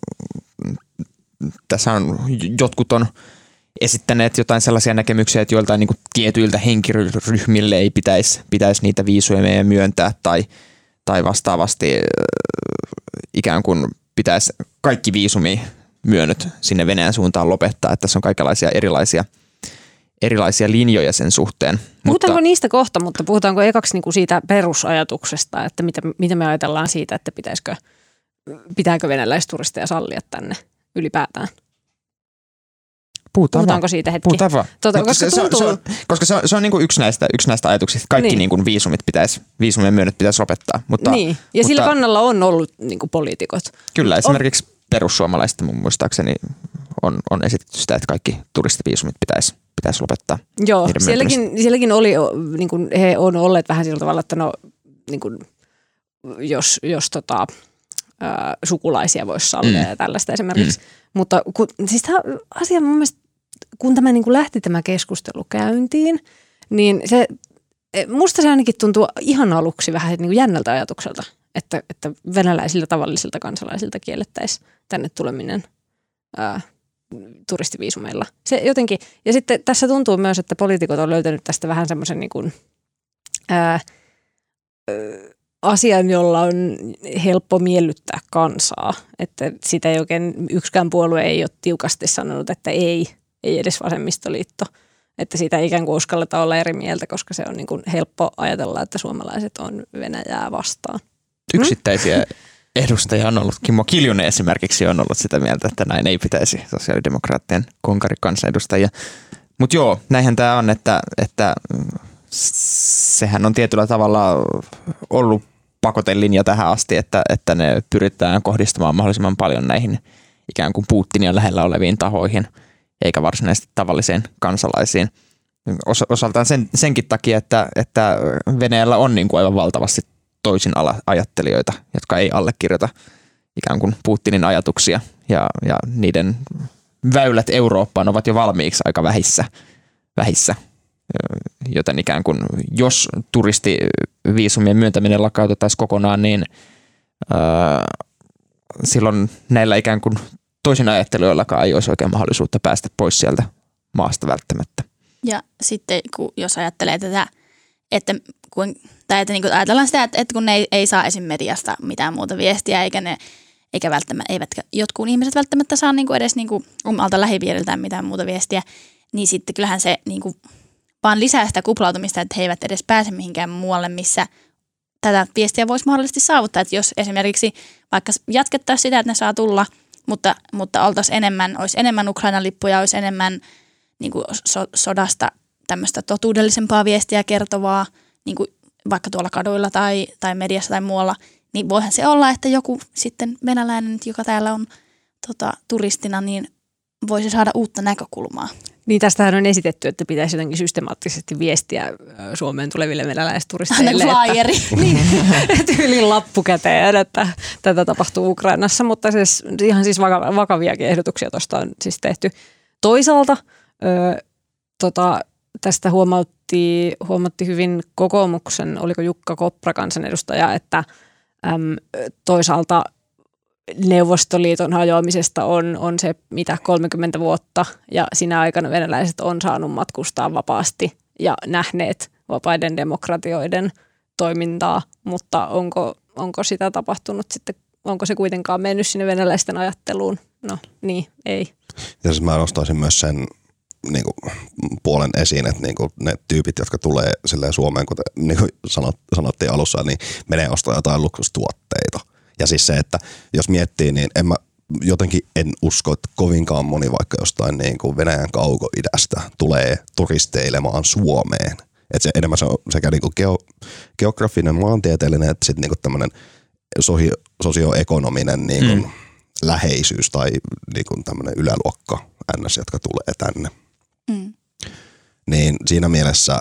tässä on jotkut on esittäneet jotain sellaisia näkemyksiä, että joiltain niin kuin tietyiltä henkilöryhmille ei pitäisi, pitäisi niitä viisuja myöntää tai, tai vastaavasti ikään kuin pitäisi kaikki viisumi myönnöt sinne Venäjän suuntaan lopettaa, että tässä on kaikenlaisia erilaisia, erilaisia linjoja sen suhteen. Puhutaanko mutta, niistä kohta, mutta puhutaanko ekaksi niinku siitä perusajatuksesta, että mitä, mitä me ajatellaan siitä, että pitäisikö, pitääkö venäläisturisteja sallia tänne ylipäätään? Puhutaan Puhutaanko vaan. siitä hetki? Puhutaan vaan. Tota, koska se, tuntuu... se on, koska se on, se on niin kuin yksi näistä, yksi näistä ajatuksista. Kaikki niin. Niin kuin viisumit pitäisi, viisumien myönnöt pitäisi lopettaa. Mutta, niin, ja mutta, sillä kannalla on ollut niin kuin poliitikot. Kyllä, esimerkiksi on... perussuomalaiset mun muistaakseni on, on esitetty sitä, että kaikki turistiviisumit pitäisi, pitäisi lopettaa. Joo, sielläkin, sielläkin oli, niin kuin he on olleet vähän sillä tavalla, että no, niin kuin, jos, jos tota, ää, sukulaisia voisi sallia mm. ja tällaista esimerkiksi. Mm. Mutta kun, siis tämä asia mun mielestä, kun tämä niin kuin lähti tämä keskustelu käyntiin, niin se, musta se ainakin tuntuu ihan aluksi vähän niin kuin jännältä ajatukselta, että, että venäläisiltä tavallisilta kansalaisilta kiellettäisiin tänne tuleminen ää, turistiviisumeilla. Se jotenkin, ja sitten tässä tuntuu myös, että poliitikot on löytänyt tästä vähän semmoisen niin kuin, ää, asian, jolla on helppo miellyttää kansaa. Että sitä ei oikein, yksikään puolue ei ole tiukasti sanonut, että ei, ei edes vasemmistoliitto. Että siitä ei ikään kuin uskalleta olla eri mieltä, koska se on niin kuin helppo ajatella, että suomalaiset on Venäjää vastaan. Yksittäisiä hmm? edustajia on ollut. Kimmo Kiljunen esimerkiksi on ollut sitä mieltä, että näin ei pitäisi sosiaalidemokraattien konkarikansanedustajia. Mutta joo, näinhän tämä on, että, että sehän on tietyllä tavalla ollut pakotelinja tähän asti, että, että ne pyritään kohdistamaan mahdollisimman paljon näihin ikään kuin Putinia lähellä oleviin tahoihin, eikä varsinaisesti tavalliseen kansalaisiin. Os, osaltaan sen, senkin takia, että, että Venäjällä on niin kuin aivan valtavasti toisin ajattelijoita, jotka ei allekirjoita ikään kuin Putinin ajatuksia, ja, ja niiden väylät Eurooppaan ovat jo valmiiksi aika vähissä, vähissä. Joten ikään kuin jos turistiviisumien myöntäminen lakkautettaisiin kokonaan, niin ää, silloin näillä ikään kuin toisin ajattelijoillakaan ei olisi oikein mahdollisuutta päästä pois sieltä maasta välttämättä. Ja sitten kun, jos ajattelee tätä, että, kun, tai että niin kuin ajatellaan sitä, että, että kun ne ei, ei saa esim. Mediasta mitään muuta viestiä, eikä ne eikä välttämättä, eivätkä jotkut ihmiset välttämättä saa niin kuin edes niin kuin omalta lähipiiriltään mitään muuta viestiä, niin sitten kyllähän se niin kuin vaan lisää sitä kuplautumista, että he eivät edes pääse mihinkään muualle, missä tätä viestiä voisi mahdollisesti saavuttaa. Että jos esimerkiksi vaikka jatkettaisiin sitä, että ne saa tulla, mutta, mutta oltaisiin enemmän, olisi enemmän Ukrainan lippuja, olisi enemmän niin kuin so, sodasta tämmöistä totuudellisempaa viestiä kertovaa, niin kuin vaikka tuolla kaduilla tai, tai mediassa tai muualla, niin voihan se olla, että joku sitten venäläinen, joka täällä on tota, turistina, niin voisi saada uutta näkökulmaa. Niin tästähän on esitetty, että pitäisi jotenkin systemaattisesti viestiä Suomeen tuleville venäläisturisteille. Aina flyeri. Niin, tyylin lappu käteen, että tätä tapahtuu Ukrainassa, mutta siis, ihan siis vakaviakin ehdotuksia tuosta on siis tehty. Toisaalta ö, tota, tästä huomautti, huomautti hyvin kokoomuksen, oliko Jukka Kopra kansanedustaja, että äm, toisaalta Neuvostoliiton hajoamisesta on, on se mitä kolmekymmentä vuotta ja siinä aikana venäläiset on saanut matkustaa vapaasti ja nähneet vapaiden demokratioiden toimintaa, mutta onko, onko sitä tapahtunut sitten, onko se kuitenkaan mennyt sinne venäläisten ajatteluun? No niin, ei. Ja siis mä nostaisin myös sen niin kuin, puolen esiin, että niin kuin, ne tyypit, jotka tulee silleen Suomeen, kuten niin kuin sanot, sanottiin alussa, niin menee ostaa jotain luksustuotteita. Ja siis se, että jos miettii, niin en mä jotenkin en usko, että kovinkaan moni vaikka jostain niin kuin Venäjän kaukoidästä tulee turisteilemaan Suomeen. Että se enemmän se on sekä niin kuin geo, geografinen, maantieteellinen, että sitten niin kuin tämmöinen sosioekonominen niin kuin mm. läheisyys tai niin kuin tämmöinen yläluokka ns, jotka tulee tänne. Mm. Niin siinä mielessä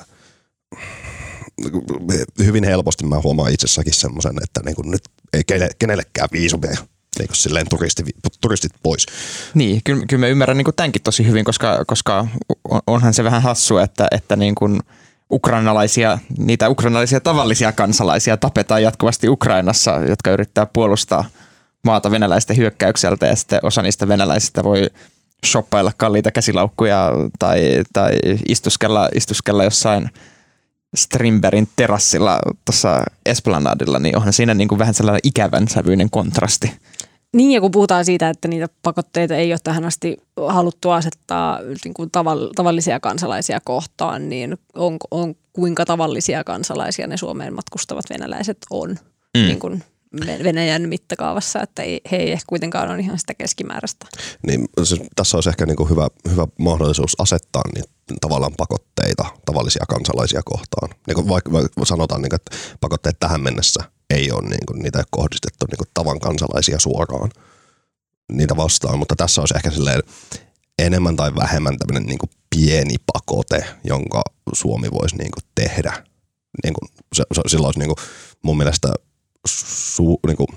hyvin helposti mä huomaan itsessäkin semmoisen, että niin kuin nyt ei kenellekään viisumia, niin kuin silleen turisti, turistit pois. Niin, kyllä, kyllä mä ymmärrän niin kuin tämänkin tosi hyvin, koska, koska onhan se vähän hassua, että, että niin kuin ukrainalaisia, niitä ukrainalaisia tavallisia kansalaisia tapetaan jatkuvasti Ukrainassa, jotka yrittää puolustaa maata venäläisten hyökkäykseltä ja sitten osa niistä venäläisistä voi shoppailla kalliita käsilaukkuja tai, tai istuskella, istuskella jossain Strindbergin terassilla tuossa Esplanadilla, niin onhan siinä niin kuin vähän sellainen ikävän sävyinen kontrasti. Niin, ja kun puhutaan siitä, että niitä pakotteita ei ole tähän asti haluttu asettaa niin kuin tavallisia kansalaisia kohtaan, niin on, on kuinka tavallisia kansalaisia ne Suomeen matkustavat venäläiset on mm. niin kuin Venäjän mittakaavassa, että ei, he ei ehkä kuitenkaan ole ihan sitä keskimääräistä. Niin, siis tässä olisi ehkä niin kuin hyvä, hyvä mahdollisuus asettaa niin tavallaan pakotteita tavallisia kansalaisia kohtaan. Niin kuin vaikka sanotaan, niin kuin, että pakotteet tähän mennessä ei ole, niin kuin, niitä ei ole kohdistettu niin kuin tavan kansalaisia suoraan niitä vastaan, mutta tässä olisi ehkä silleen enemmän tai vähemmän tämmöinen niin kuin pieni pakote, jonka Suomi voisi niin kuin tehdä. Niin kuin, se, se, silloin olisi niin kuin, mun mielestä Su, niin kuin,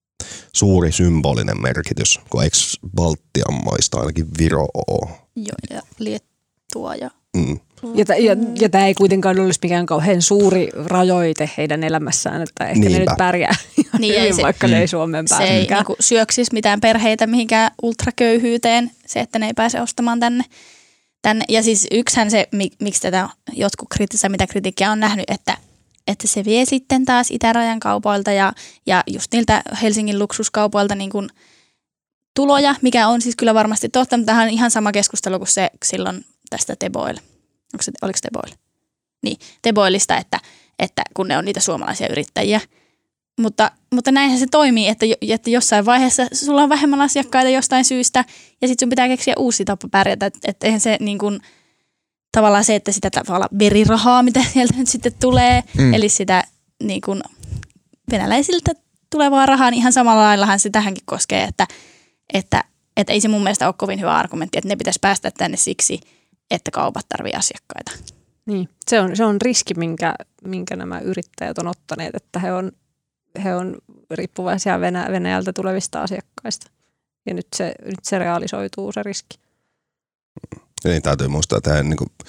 suuri symbolinen merkitys, kun eikö Baltian maista ainakin Viro ole? Joo, ja Liettua. Ja, mm. ja, ja, ja tämä ei kuitenkaan olisi mikään kauhean suuri rajoite heidän elämässään, että ehkä Niinpä. ne nyt pärjää niin hyvin, se, vaikka mm. ne ei Suomeen pääse. Se ei niin syöksisi mitään perheitä mihinkään ultraköyhyyteen, se, että ne ei pääse ostamaan tänne. tänne. Ja siis yksihän se, miksi tätä jotkut kriittisä, mitä kritiikkiä on nähnyt, että että se vie sitten taas itärajan kaupoilta ja, ja just niiltä Helsingin luksuskaupoilta niin kuin tuloja, mikä on siis kyllä varmasti totta, mutta tämähän on ihan sama keskustelu kuin se silloin tästä Teboil. Onko se, oliko Teboil? Niin, Teboilista, että, että kun ne on niitä suomalaisia yrittäjiä. Mutta, mutta näinhän se toimii, että, että jossain vaiheessa sulla on vähemmän asiakkaita jostain syystä ja sitten sun pitää keksiä uusi tapa pärjätä, että, että eihän se niin kuin tavallaan se, että sitä tavallaan verirahaa, mitä sieltä nyt sitten tulee, mm. eli sitä niin kuin venäläisiltä tulevaa rahaa, niin ihan samalla laillahan se tähänkin koskee, että, että, että ei se mun mielestä ole kovin hyvä argumentti, että ne pitäisi päästä tänne siksi, että kaupat tarvii asiakkaita. Niin, se on, se on riski, minkä, minkä nämä yrittäjät on ottaneet, että he on, he on riippuvaisia Venä, Venäjältä tulevista asiakkaista. Ja nyt se, nyt se realisoituu se riski. Niin täytyy muistaa, että niin kuin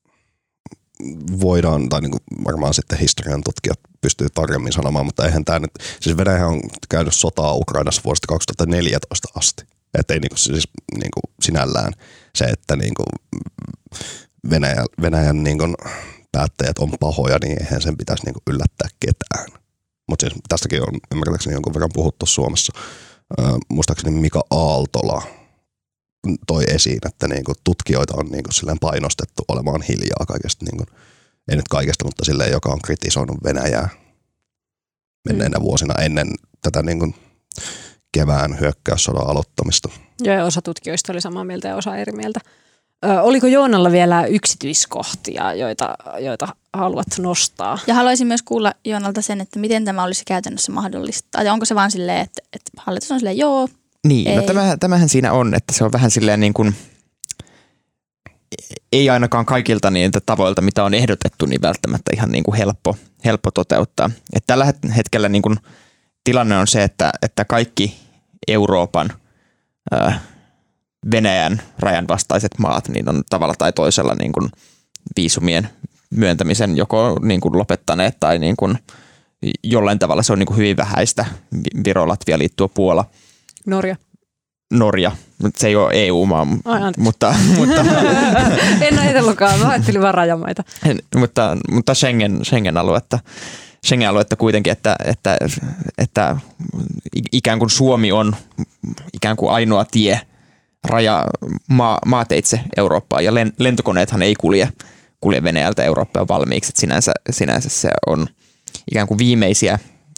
voidaan, tai niin kuin varmaan sitten historian tutkijat pystyy tarkemmin sanomaan, mutta eihän tämä nyt, siis Venäjä on käynyt sotaa Ukrainassa vuodesta kaksituhattaneljätoista asti. Että ei niin kuin, siis niin kuin sinällään se, että niin kuin Venäjä, Venäjän niin kuin päättäjät on pahoja, niin eihän sen pitäisi niin kuin yllättää ketään. Mutta siis tästäkin on ymmärtääkseni jonkun verran puhuttu Suomessa. Muistaakseni Mika Aaltola toi esiin, että niinku tutkijoita on niinku silleen painostettu olemaan hiljaa kaikesta, niinku, ei nyt kaikesta, mutta silleen, joka on kritisoinut Venäjää menneinä mm. vuosina ennen tätä niinku kevään hyökkäyssodan aloittamista. Joo, ja osa tutkijoista oli samaa mieltä ja osa eri mieltä. Ö, oliko Joonalla vielä yksityiskohtia, joita, joita haluat nostaa? Ja haluaisin myös kuulla Joonalta sen, että miten tämä olisi käytännössä mahdollista. Ja onko se vaan silleen, että, että hallitus on silleen, joo, Niin, ei. no tämähän, tämähän siinä on, että se on vähän silleen niin kuin, ei ainakaan kaikilta niitä tavoilta, mitä on ehdotettu, niin välttämättä ihan niin kuin helppo, helppo toteuttaa. Et tällä hetkellä niin kuin tilanne on se, että, että kaikki Euroopan, ää, Venäjän rajan vastaiset maat, niin on tavalla tai toisella niin kuin viisumien myöntämisen joko niin kuin lopettaneet tai niin kuin jollain tavalla se on niin kuin hyvin vähäistä. Viro, Latvia, Liittua, Puola. Norja. Norja, mutta se ei ole E U-maa, Ai, mutta, mutta, en ole ajatellutkaan, mä ajattelin vaan rajamaita. mutta, mutta Schengen, Schengen-aluetta, Schengen-aluetta kuitenkin, että, että, että ikään kuin Suomi on ikään kuin ainoa tie raja maa, maateitse Eurooppaan ja lentokoneethan ei kulje, kulje Venäjältä Eurooppaan valmiiksi, että sinänsä, sinänsä se on ikään kuin viimeisiä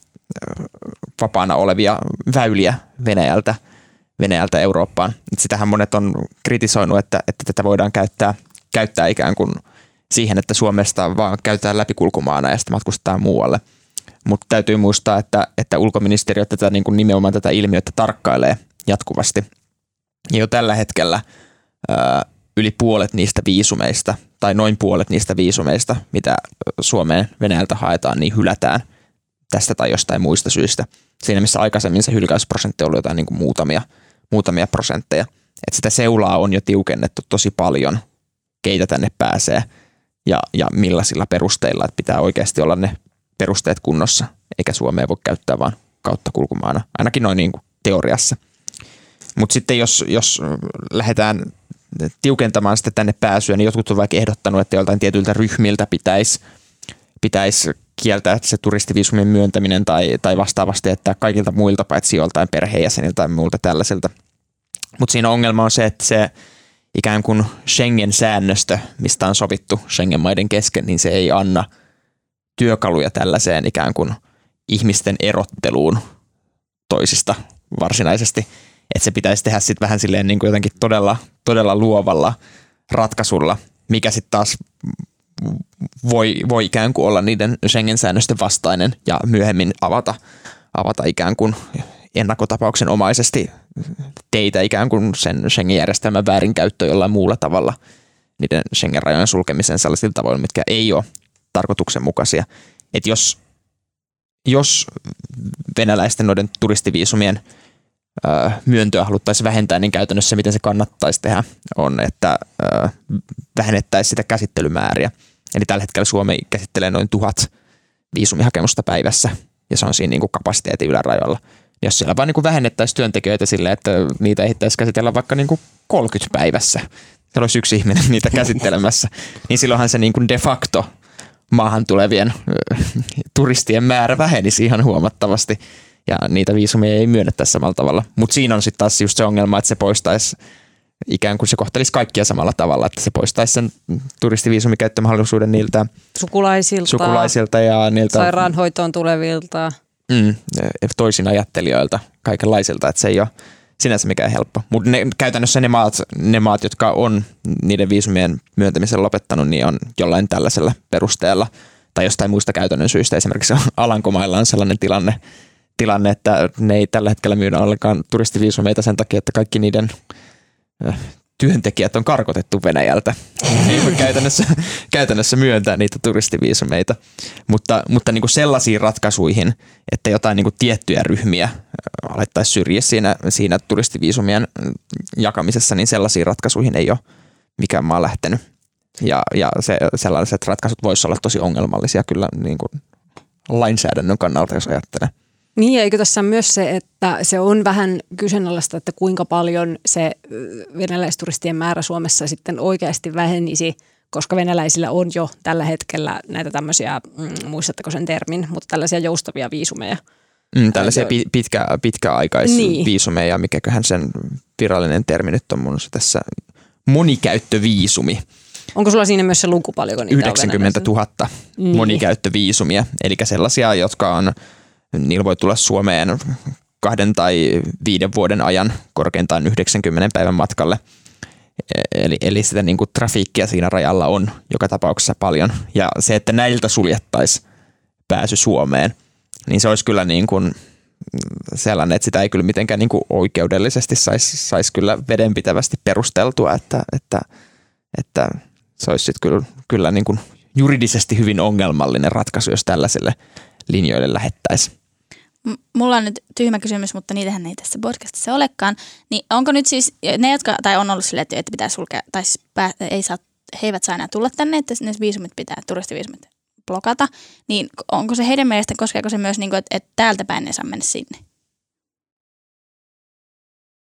vapaana olevia väyliä Venäjältä, Venäjältä Eurooppaan. Et sitähän monet on kritisoinut, että, että tätä voidaan käyttää, käyttää ikään kuin siihen, että Suomesta vaan käytetään läpikulkumaana ja sitten matkustetaan muualle. Mutta täytyy muistaa, että, että ulkoministeriö tätä niin kuin nimenomaan tätä ilmiötä tarkkailee jatkuvasti. Ja jo tällä hetkellä ää, yli puolet niistä viisumeista, tai noin puolet niistä viisumeista, mitä Suomeen Venäjältä haetaan, niin hylätään tästä tai jostain muista syistä. Siinä missä aikaisemmin se hylkäysprosentti on ollut jotain niin kuin muutamia, muutamia prosentteja. Et sitä seulaa on jo tiukennettu tosi paljon, keitä tänne pääsee ja, ja millaisilla perusteilla. Et pitää oikeasti olla ne perusteet kunnossa, eikä Suomea voi käyttää vaan kautta kulkumaana, ainakin noin niin kuin teoriassa. Mutta sitten jos, jos lähdetään tiukentamaan sitten tänne pääsyä, niin jotkut on vaikka ehdottanut, että joltain tietyiltä ryhmiltä pitäisi pitäisi kieltää se turistiviisumin myöntäminen tai, tai vastaavasti, että kaikilta muilta paitsi joltain perheenjäseniltä tai muilta tällaisilta. Mutta siinä ongelma on se, että se ikään kuin Schengen-säännöstö, mistä on sovittu Schengen-maiden kesken, niin se ei anna työkaluja tällaiseen ikään kuin ihmisten erotteluun toisista varsinaisesti. Että se pitäisi tehdä sitten vähän silleen niin kuin jotenkin todella, todella luovalla ratkaisulla, mikä sitten taas voi, voi ikään kuin olla niiden Schengen-säännösten vastainen ja myöhemmin avata, avata ikään kuin ennakkotapauksen omaisesti teitä ikään kuin sen Schengen-järjestelmän väärinkäyttö jollain muulla tavalla niiden Schengen-rajojen sulkemisen sellaisilla tavoilla, mitkä ei ole tarkoituksenmukaisia. Että jos, jos venäläisten noiden turistiviisumien ö, myöntöä haluttaisiin vähentää, niin käytännössä miten se kannattaisi tehdä on, että ö, vähennettäisiin sitä käsittelymääriä. Eli tällä hetkellä Suomi käsittelee noin tuhat viisumihakemusta päivässä ja se on siinä niin kuin kapasiteetin ylärajoilla. Jos siellä vaan niin kuin vähennettäisiin työntekijöitä silleen, että niitä ehdittäisiin käsitellä vaikka niin kuin kolmekymmentä päivässä, siellä olisi yksi ihminen niitä käsittelemässä, niin silloinhan se niin kuin de facto maahan tulevien turistien määrä vähenisi ihan huomattavasti ja niitä viisumia ei myönnettäisi samalla tavalla. Mutta siinä on sitten taas just se ongelma, että se poistaisi ikään kuin se kohtelisi kaikkia samalla tavalla, että se poistaisi sen turistiviisumin käyttömahdollisuuden niiltä sukulaisilta, sukulaisilta ja niiltä sairaanhoitoon tulevilta. Mm, toisin ajattelijoilta, kaikenlaisilta, että se ei ole sinänsä mikään helppo. Mutta käytännössä ne maat, ne maat, jotka on niiden viisumien myöntämisen lopettanut, niin on jollain tällaisella perusteella tai jostain muista käytännön syistä. Esimerkiksi Alankomailla on sellainen tilanne, tilanne, että ne ei tällä hetkellä myydä ollenkaan turistiviisumeita sen takia, että kaikki niiden työntekijät on karkotettu Venäjältä. Ei voi käytännössä, käytännössä myöntää niitä turistiviisumeita, mutta, mutta niin kuin sellaisiin ratkaisuihin, että jotain niin kuin tiettyjä ryhmiä alettaisiin syrjiä siinä, siinä turistiviisumien jakamisessa, niin sellaisiin ratkaisuihin ei ole mikään maa lähtenyt. Ja, ja se, sellaiset ratkaisut voisivat olla tosi ongelmallisia kyllä niin kuin lainsäädännön kannalta, jos ajattelee. Niin, eikö tässä myös se, että se on vähän kyseenalaista, että kuinka paljon se venäläisturistien määrä Suomessa sitten oikeasti vähenisi, koska venäläisillä on jo tällä hetkellä näitä tämmöisiä, mm, muistatteko sen termin, mutta tällaisia joustavia viisumeja. Mm, tällaisia pi- pitkä, pitkäaikaisviisumeja, niin. Mikäköhän sen virallinen termi nyt on mun tässä monikäyttöviisumi. Onko sulla siinä myös se luku, paljonko niitä yhdeksänkymmentätuhatta niin. monikäyttöviisumia, eli sellaisia, jotka on niillä voi tulla Suomeen kahden tai viiden vuoden ajan korkeintaan yhdeksänkymmenen päivän matkalle. Eli, eli sitä niin kuin trafiikkia siinä rajalla on joka tapauksessa paljon. Ja se, että näiltä suljettaisiin pääsy Suomeen, niin se olisi kyllä niin kuin sellainen, että sitä ei kyllä mitenkään niin kuin oikeudellisesti saisi sais kyllä vedenpitävästi perusteltua, että, että, että se olisi sitten kyllä, kyllä niin kuin juridisesti hyvin ongelmallinen ratkaisu, jos tällaiselle linjoille lähettäisiin. Mulla on nyt tyhmä kysymys, mutta niitähän ei tässä podcastissa olekaan. Niin onko nyt siis ne, jotka, tai on ollut silleen, että pitää sulkea, tai siis pää, ei saa, he eivät saa enää tulla tänne, että ne viisumit pitää, turistiviisumit blokata, niin onko se heidän mielestä, koskeeko se myös, niin kuin, että, että täältä päin ei saa mennä sinne?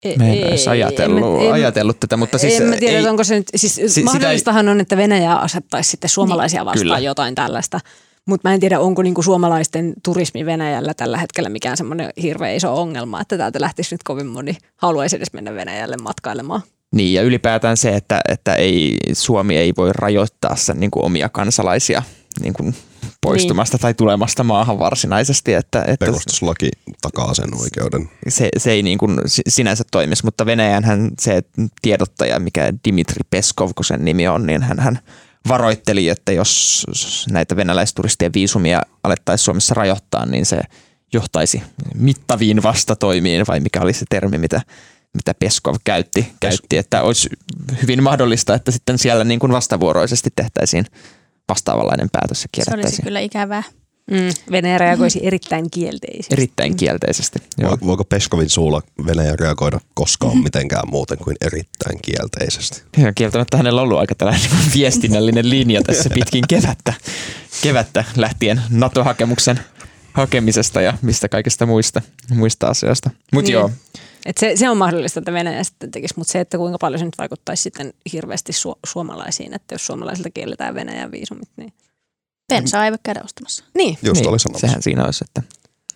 Mä en edes ajatellut, en, ajatellut tätä, mutta siis... En mä tiedä, ei, onko se nyt... Siis si, mahdollistahan ei, on, että Venäjä asettaisi sitten suomalaisia niin, vastaan kyllä. jotain tällaista. Mutta mä en tiedä, onko niinku suomalaisten turismi Venäjällä tällä hetkellä mikään semmoinen hirveän iso ongelma, että täältä lähtisi nyt kovin moni haluaisi edes mennä Venäjälle matkailemaan. Niin, ja ylipäätään se, että, että ei, Suomi ei voi rajoittaa sen niin kuin omia kansalaisia niin kuin poistumasta niin. tai tulemasta maahan varsinaisesti. Että, että perustuslaki takaa sen oikeuden. Se, se ei niin kuin sinänsä toimisi, mutta Venäjänhän se tiedottaja, mikä Dimitri Peskov, kun sen nimi on, niin hän, hän varoitteli, että jos näitä venäläisturistien viisumia alettaisiin Suomessa rajoittaa, niin se johtaisi mittaviin vastatoimiin, vai mikä oli se termi, mitä mitä Peskov käytti, käytti, että olisi hyvin mahdollista, että sitten siellä niin kuin vastavuoroisesti tehtäisiin vastaavanlainen päätös ja kierrättäisiin. Se olisi kyllä ikävää. Mm. Venäjä reagoisi mm. erittäin kielteisesti. Erittäin kielteisesti. Joo. Voiko Peskovin suulla Venäjä reagoida koskaan mm. mitenkään muuten kuin erittäin kielteisesti? Ja kieltämättä hänellä on ollut aika tällainen viestinnällinen linja tässä pitkin kevättä, kevättä lähtien NATO-hakemuksen hakemisesta ja mistä kaikista muista, muista asioista. Mutta niin. joo. Et se, se on mahdollista, että Venäjä sitten tekisi, mutta se, että kuinka paljon se nyt vaikuttaisi sitten hirveästi su- suomalaisiin, että jos suomalaisilta kielletään Venäjän viisumit, niin... Bensaa ei voi käydä ostamassa. Niin. Just niin, oli sanomassa. Sehän siinä olisi, että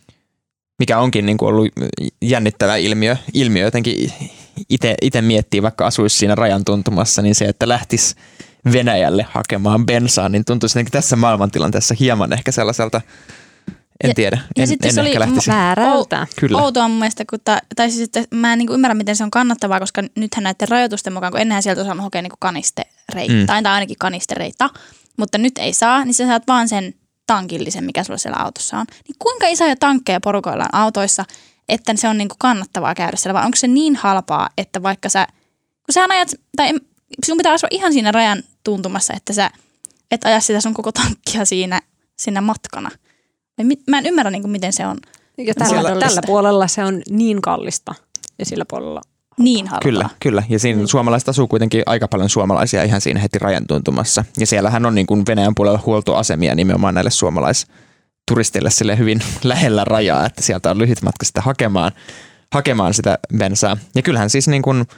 mikä onkin niin kuin ollut jännittävä ilmiö, ilmiö jotenkin itse miettii, vaikka asuisi siinä rajan tuntumassa, niin se, että lähtisi Venäjälle hakemaan bensaa, niin tuntuisi tässä maailmantilanteessa hieman ehkä sellaiselta... En ja, tiedä. En, ja sitten en se oli väärältä. Ou, outoa mun mielestä, kun ta, tai siis, että mä en niin kuin ymmärrä, miten se on kannattavaa, koska nythän näiden rajoitusten mukaan, kun ennenhän sieltä on saanut hakea niin kanistereita, mm. tai ainakin kanistereita, mutta nyt ei saa, niin sä saat vaan sen tankillisen, mikä sulla siellä autossa on. Niin kuinka isoja tankkeja porukoilla on autoissa, että se on niin kuin kannattavaa käydä siellä, vai onko se niin halpaa, että vaikka sä, kun sä ajat, tai sun pitää asua ihan siinä rajan tuntumassa, että sä et aja sitä sun koko tankkia siinä, siinä matkana. Mä en ymmärrä, niin kuin, miten se on. Ja tällä, tällä puolella se on niin kallista ja sillä puolella niin halpaa. Kyllä, kyllä. Ja siinä mm. suomalaiset asuu kuitenkin aika paljon suomalaisia ihan siinä heti rajan tuntumassa. Ja siellähän on niin kuin Venäjän puolella huoltoasemia nimenomaan näille suomalaisturisteille sille hyvin lähellä rajaa, että sieltä on lyhyt matka sitä hakemaan, hakemaan sitä bensaa. Ja kyllähän siis niin kuin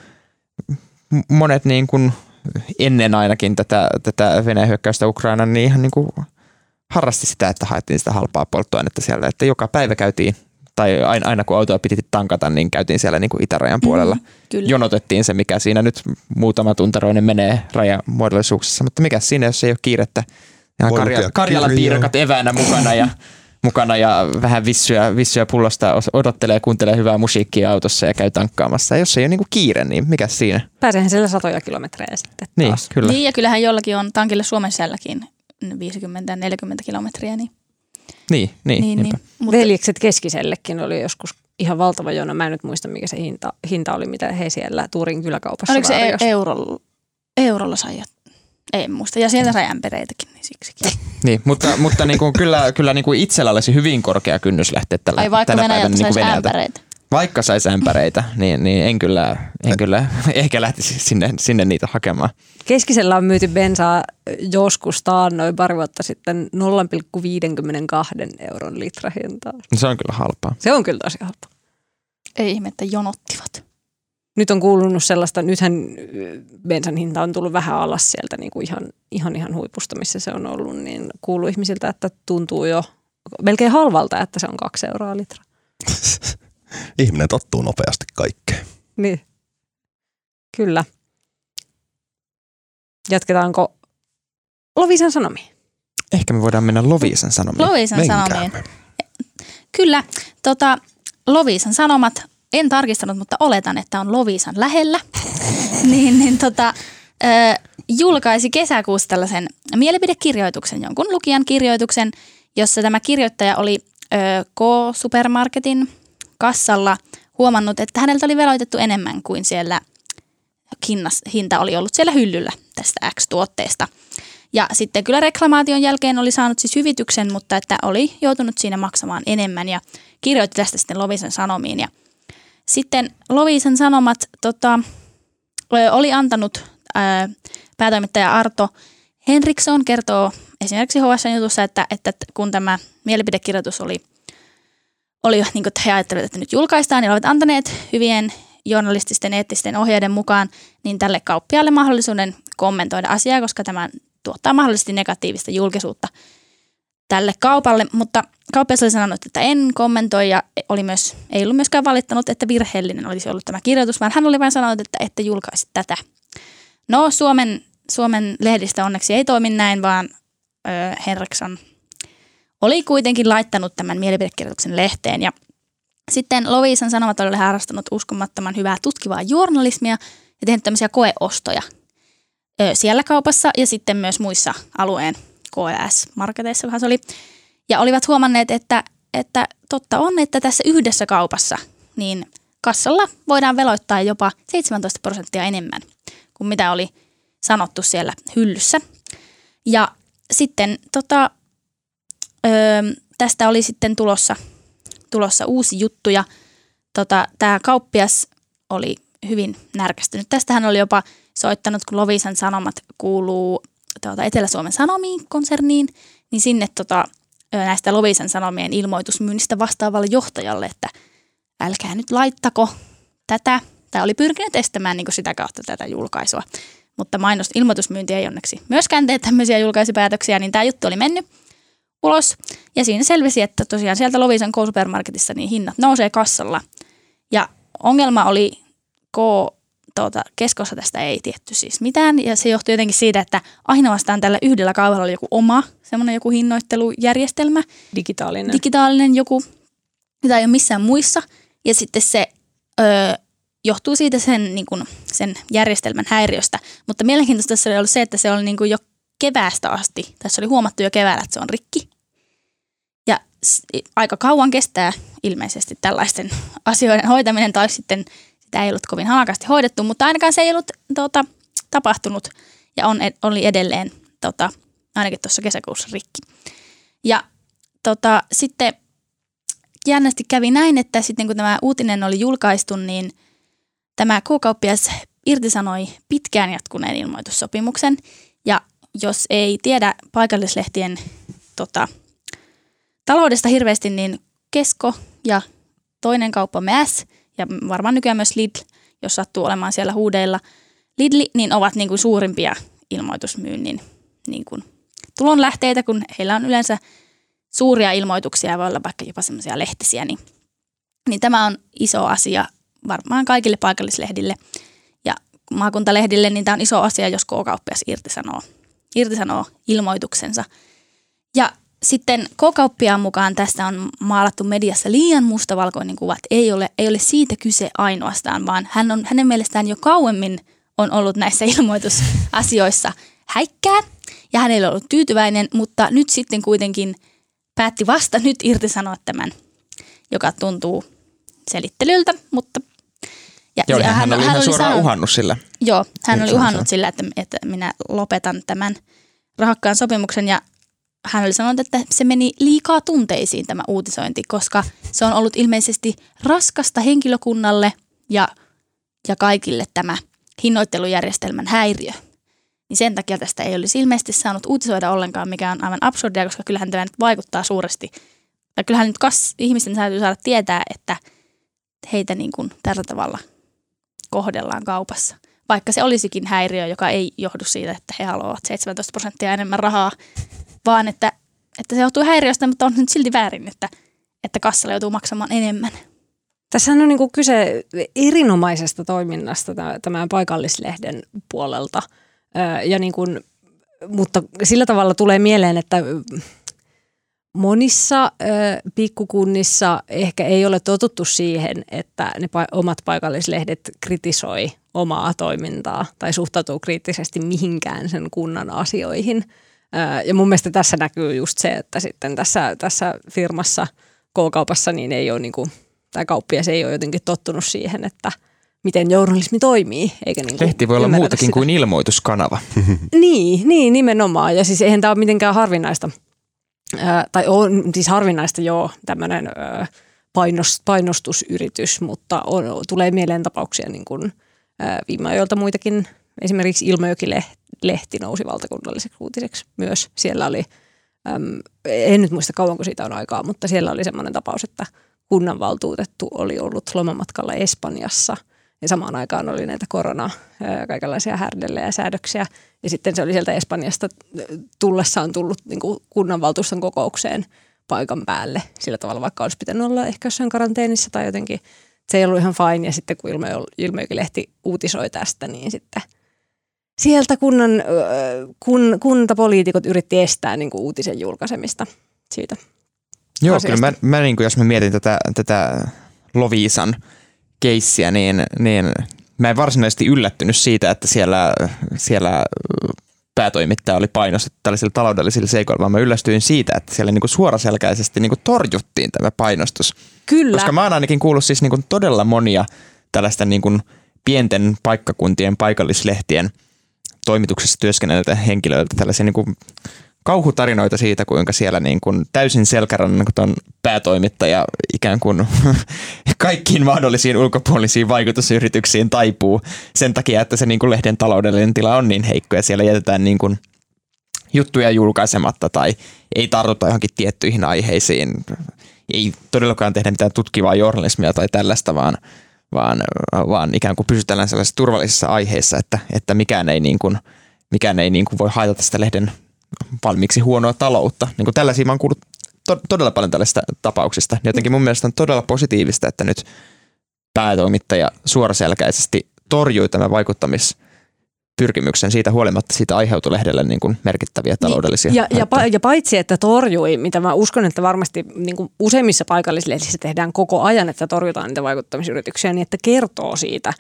monet niin kuin ennen ainakin tätä, tätä Venäjän hyökkäystä Ukrainaan, niin ihan niin kuin harrasti sitä, että haettiin sitä halpaa polttoainetta siellä, että joka päivä käytiin, tai aina, aina kun autoa piti tankata, niin käytiin siellä niin kuin itärajan puolella. Mm, jonotettiin se, mikä siinä nyt muutama tunteroinen menee rajamuodollisuuksissa, mutta mikä siinä, jos ei ole kiirettä. Karja, Karjalan piirakat eväänä mukana ja, mukana ja vähän vissyä, vissyä pullosta odottelee ja kuuntelee hyvää musiikkia autossa ja käy tankkaamassa. Ja jos ei ole niin kuin kiire, niin mikä siinä? Pääsehän siellä satoja kilometrejä sitten niin, taas. Kyllä. Niin, ja kyllähän jollakin on tankille Suomen sisälläkin viisikymmentä neljäkymmentä kilometriä. Niin, niin, niin, niin, niin. Mutta Veljekset Keskisellekin oli joskus ihan valtava jono. Mä en nyt muista, mikä se hinta, hinta oli, mitä he siellä Tuurin kyläkaupassa oliko se varjosi. eurolla, eurolla sai? Ei muista. Ja siellä sai ämpäreitäkin, niin siksikin. Niin, mutta, mutta niin kuin, kyllä, kyllä niin kuin itsellä olisi hyvin korkea kynnys lähteä tällä, Ai vaikka tänä Venäjältä päivänä niin saisi ämpäreitä. Vaikka saisi ämpäreitä, niin, niin en kyllä, en kyllä ehkä lähtisi sinne, sinne niitä hakemaan. Keskisellä on myyty bensaa joskus taannoin pari vuotta sitten nolla pilkku viisikymmentäkaksi euron litrahintaa. Se on kyllä halpaa. Se on kyllä tosi halpaa. Ei ihme, että jonottivat. Nyt on kuulunut sellaista, nythän bensan hinta on tullut vähän alas sieltä niin kuin ihan, ihan, ihan huipusta, missä se on ollut, niin kuuluu ihmisiltä, että tuntuu jo melkein halvalta, että se on kaksi euroa litra. Ihminen tottuu nopeasti kaikkeen. Niin, kyllä. Jatketaanko Loviisan sanomiin? Ehkä me voidaan mennä Loviisan sanomiin. Loviisan sanomiin. Kyllä, tota, Loviisan sanomat, en tarkistanut, mutta oletan, että on Loviisan lähellä. niin, niin tota, ö, julkaisi kesäkuussa tällaisen mielipidekirjoituksen, jonkun lukijan kirjoituksen, jossa tämä kirjoittaja oli ö, K-supermarketin kassalla huomannut, että häneltä oli veloitettu enemmän kuin siellä hinnas, hinta oli ollut siellä hyllyllä tästä X-tuotteesta. Ja sitten kyllä reklamaation jälkeen oli saanut siis hyvityksen, mutta että oli joutunut siinä maksamaan enemmän ja kirjoitti tästä sitten Loviisan Sanomiin. Ja sitten Loviisan Sanomat tota, oli antanut ää, päätoimittaja Arto Henriksson kertoo esimerkiksi H S-jutussa, että, että kun tämä mielipidekirjoitus oli oli niin kuin, että he ajattelivat, että nyt julkaistaan, niin olivat antaneet hyvien journalististen eettisten ohjeiden mukaan niin tälle kauppiaalle mahdollisuuden kommentoida asiaa, koska tämä tuottaa mahdollisesti negatiivista julkisuutta tälle kaupalle, mutta kauppias oli sanonut, että en kommentoi ja oli myös, ei ollut myöskään valittanut, että virheellinen olisi ollut tämä kirjoitus, vaan hän oli vain sanonut, että ette julkaisi tätä. No Suomen, Suomen lehdistä onneksi ei toimi näin, vaan ö, Henriksson oli kuitenkin laittanut tämän mielipidekirjoituksen lehteen ja sitten Loviisan Sanomat oli harrastanut uskomattoman hyvää tutkivaa journalismia ja tehnyt tämmöisiä koeostoja ö, siellä kaupassa ja sitten myös muissa alueen K E S-marketeissa, kunhan se oli. Ja olivat huomanneet, että, että totta on, että tässä yhdessä kaupassa niin kassalla voidaan veloittaa jopa seitsemäntoista prosenttia enemmän kuin mitä oli sanottu siellä hyllyssä. Ja sitten tota, ö, tästä oli sitten tulossa, tulossa uusi juttu ja tota, tämä kauppias oli hyvin närkästynyt. Tästä hän oli jopa soittanut, kun Loviisan Sanomat kuuluu tuota, Etelä-Suomen Sanomiin konserniin, niin sinne tota, näistä Loviisan Sanomien ilmoitusmyynnistä vastaavalle johtajalle, että älkää nyt laittako tätä. Tämä oli pyrkinyt estämään niin kuin sitä kautta tätä julkaisua, mutta mainos ilmoitusmyynti ei onneksi myöskään tee tämmöisiä julkaisupäätöksiä, niin tämä juttu oli mennyt ulos. Ja siinä selvisi, että tosiaan sieltä Loviisan K-supermarketissa niin hinnat nousee kassalla. Ja ongelma oli K Tuota, keskossa tästä ei tietty siis mitään ja se johtui jotenkin siitä, että ainoastaan tällä yhdellä kaupalla oli joku oma semmoinen joku hinnoittelujärjestelmä. Digitaalinen. Digitaalinen joku, jota ei ole missään muissa ja sitten se ö, johtuu siitä sen, niin kuin, sen järjestelmän häiriöstä. Mutta mielenkiintoista tässä oli ollut se, että se oli niin kuin jo keväästä asti. Tässä oli huomattu jo keväällä, että se on rikki. Ja s- aika kauan kestää ilmeisesti tällaisten asioiden hoitaminen tai sitten sitä ei ollut kovin hanakasti hoidettu, mutta ainakaan se ei ollut tuota, tapahtunut ja on, oli edelleen tota, ainakin tuossa kesäkuussa rikki. Ja tota, sitten jännästi kävi näin, että sitten kun tämä uutinen oli julkaistu, niin tämä K-kauppias irtisanoi pitkään jatkuneen ilmoitussopimuksen. Ja jos ei tiedä paikallislehtien tota, taloudesta hirveästi, niin Kesko ja toinen kauppamme S ja varmaan nykyään myös Lidl, jos sattuu olemaan siellä huudeilla Lidli, niin ovat niin kuin suurimpia ilmoitusmyynnin niin kuin tulonlähteitä, kun heillä on yleensä suuria ilmoituksia ja voi olla vaikka jopa semmoisia lehtisiä, niin, niin tämä on iso asia varmaan kaikille paikallislehdille ja maakuntalehdille, niin tämä on iso asia, jos K-kauppias irtisanoo, irtisanoo ilmoituksensa. Ja sitten K-kauppiaan mukaan tästä on maalattu mediassa liian mustavalkoinen kuva, että ei ole, ei ole siitä kyse ainoastaan, vaan hän on, hänen mielestään jo kauemmin on ollut näissä ilmoitusasioissa häikkää ja hän ei ole ollut tyytyväinen, mutta nyt sitten kuitenkin päätti vasta nyt irtisanoa tämän, joka tuntuu selittelyltä, mutta ja, joo, ja hän, hän oli ihan suoraan sanonut, uhannut sillä. Joo, hän oli uhannut sillä, että, että minä lopetan tämän rahakkaan sopimuksen ja hän oli sanonut, että se meni liikaa tunteisiin tämä uutisointi, koska se on ollut ilmeisesti raskasta henkilökunnalle ja, ja kaikille tämä hinnoittelujärjestelmän häiriö. Niin sen takia tästä ei olisi ilmeisesti saanut uutisoida ollenkaan, mikä on aivan absurdia, koska kyllähän tämä nyt vaikuttaa suuresti. Tai kyllähän nyt kas, ihmisten täytyy saada tietää, että heitä niin kuin tällä tavalla kohdellaan kaupassa. Vaikka se olisikin häiriö, joka ei johdu siitä, että he haluavat seitsemäntoista prosenttia enemmän rahaa, vaan että, että se johtuu häiriöstä, mutta on nyt silti väärin, että, että kassalla joutuu maksamaan enemmän. Tässähän on niin kuin kyse erinomaisesta toiminnasta tämän paikallislehden puolelta, ja niin kuin, mutta sillä tavalla tulee mieleen, että monissa pikkukunnissa ehkä ei ole totuttu siihen, että ne omat paikallislehdet kritisoi omaa toimintaa tai suhtautuu kriittisesti mihinkään sen kunnan asioihin. Ja mun mielestä tässä näkyy just se, että sitten tässä, tässä firmassa K-kaupassa niin ei ole niin kuin, tai kauppias ei ole jotenkin tottunut siihen, että miten journalismi toimii. Eikä niin kuin lehti voi olla muutakin sitä kuin ilmoituskanava. niin, niin, nimenomaan. Ja siis eihän tämä ole mitenkään harvinaista. Ää, tai on siis harvinaista joo, tämmöinen ää, painost, painostusyritys, mutta on, tulee mieleen tapauksia niin kuin, ää, viime ajoilta muitakin. Esimerkiksi Ilmajoki-lehti nousi valtakunnalliseksi uutiseksi myös. Siellä oli, äm, en nyt muista kauanko siitä on aikaa, mutta siellä oli semmoinen tapaus, että kunnanvaltuutettu oli ollut lomamatkalla Espanjassa Ja samaan aikaan oli näitä korona, kaikenlaisia härdellejä ja säädöksiä. Ja sitten se oli sieltä Espanjasta tullessaan tullut niin kuin kunnanvaltuuston kokoukseen paikan päälle. Sillä tavalla, vaikka olisi pitänyt olla ehkä jossain karanteenissa tai jotenkin. Se ei ollut ihan fine. Ja sitten kun Ilmiöky-lehti uutisoi tästä, niin sitten sieltä kunnan, kun, kuntapoliitikot yritti estää niin kuin uutisen julkaisemista siitä. Joo, asiasta. kyllä mä, mä niin kuin jos mä mietin tätä, tätä Loviisan keissiä, niin, niin mä en varsinaisesti yllättynyt siitä, että siellä, siellä päätoimittaja oli painostettu tällaisilla taloudellisilla seikoilla, vaan mä yllästyin siitä, että siellä niin kuin suoraselkäisesti niin kuin torjuttiin tämä painostus. Kyllä. Koska mä oon ainakin kuullut siis niin kuin todella monia tällaista niin kuin pienten paikkakuntien paikallislehtien toimituksessa työskennellyiltä henkilöiltä tällaisia niin kuin kauhutarinoita siitä, kuinka siellä niin kuin täysin selkärannan ton päätoimittaja ikään kuin kaikkiin mahdollisiin ulkopuolisiin vaikutusyrityksiin taipuu sen takia, että se niin kuin lehden taloudellinen tila on niin heikko ja siellä jätetään niin kuin juttuja julkaisematta tai ei tartuta johonkin tiettyihin aiheisiin. Ei todellakaan tehdä mitään tutkivaa journalismia tai tällaista, vaan, vaan, vaan ikään kuin pysytellään sellaisissa turvallisissa aiheissa, että, että mikään ei, niin kuin, mikään ei niin kuin voi haitata sitä lehden valmiiksi huonoa taloutta. Niin kuin tällaisia mä oon kuullut to- todella paljon tällaisista tapauksista. Jotenkin mun mielestä on todella positiivista, että nyt päätoimittaja suoraselkäisesti torjui tämän vaikuttamispyrkimyksen. Siitä huolimatta siitä aiheutui lehdelle niin kuin merkittäviä taloudellisia ja, ja, pa- ja paitsi, että torjui, mitä mä uskon, että varmasti niin kuin useimmissa paikallislehdissä tehdään koko ajan, että torjutaan niitä vaikuttamisyrityksiä, niin että kertoo siitä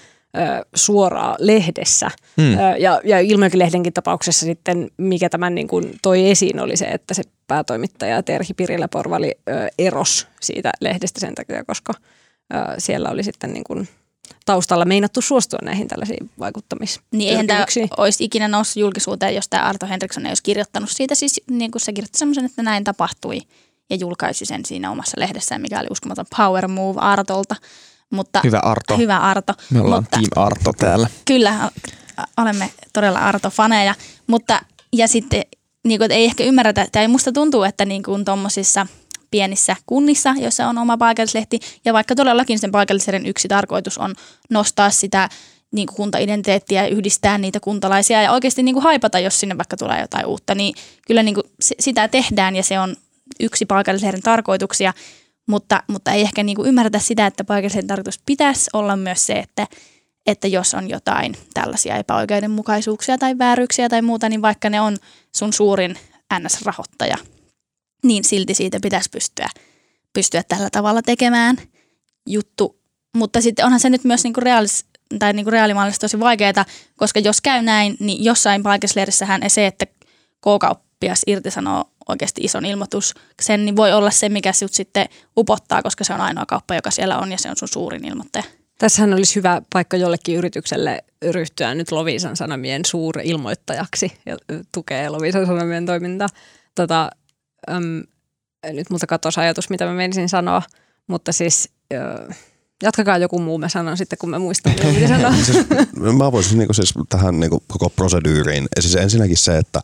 suoraan lehdessä. Hmm. Ja, ja Ilmiöky-lehdenkin tapauksessa sitten, mikä tämän niin kuin toi esiin, oli se, että se päätoimittaja Terhi Pirilä-Porvali erosi siitä lehdestä sen takia, koska siellä oli sitten niin kuin taustalla meinattu suostua näihin tällaisiin vaikuttamispyrkimyksiin. Niin eihän tämä olisi ikinä noussut julkisuuteen, jos tämä Arto Henriksson ei olisi kirjoittanut siitä. Siis niin kuin se kirjoitti semmoisen, että näin tapahtui ja julkaisi sen siinä omassa lehdessään, mikä oli uskomaton power move Artolta. Mutta, hyvä Arto. Hyvä Arto. Me ollaan mutta, team Arto täällä. Kyllä, olemme todella Arto-faneja. Mutta ja sitten niin kuin, ei ehkä ymmärretä, tai musta tuntuu, että niin kuin tommosissa pienissä kunnissa, joissa on oma paikallislehti, ja vaikka todellakin sen paikallislehden yksi tarkoitus on nostaa sitä niin kuin kuntaidentiteettiä ja yhdistää niitä kuntalaisia ja oikeasti niin kuin haipata, jos sinne vaikka tulee jotain uutta, niin kyllä niin kuin sitä tehdään ja se on yksi paikallislehden tarkoituksia. Mutta, mutta ei ehkä niinku ymmärretä sitä, että paikallisen tarkoitus pitäisi olla myös se, että, että jos on jotain tällaisia epäoikeudenmukaisuuksia tai vääryyksiä tai muuta, niin vaikka ne on sun suurin N S-rahoittaja, niin silti siitä pitäisi pystyä, pystyä tällä tavalla tekemään juttu. Mutta sitten onhan se nyt myös niinku reaalis, tai niinku reaalimaailmassa tosi vaikeaa, koska jos käy näin, niin jossain paikallislehdessähän se, että K-kauppias irtisanoo oikeasti ison ilmoituksen, niin voi olla se, mikä sinut sitten upottaa, koska se on ainoa kauppa, joka siellä on ja se on sun suurin ilmoittaja. Tässähän olisi hyvä paikka jollekin yritykselle ryhtyä nyt Loviisan Sanomien suurilmoittajaksi ja tukee Loviisan Sanomien toimintaa. Tota, äm, nyt multa katosi ajatus, mitä mä menisin sanoa, mutta siis äh, jatkakaa joku muu, mä sanon sitten, kun mä muistan, mitä piti sanoa. Siis, mä voisin niinku siis tähän niinku koko proseduuriin, siis ensinnäkin se, että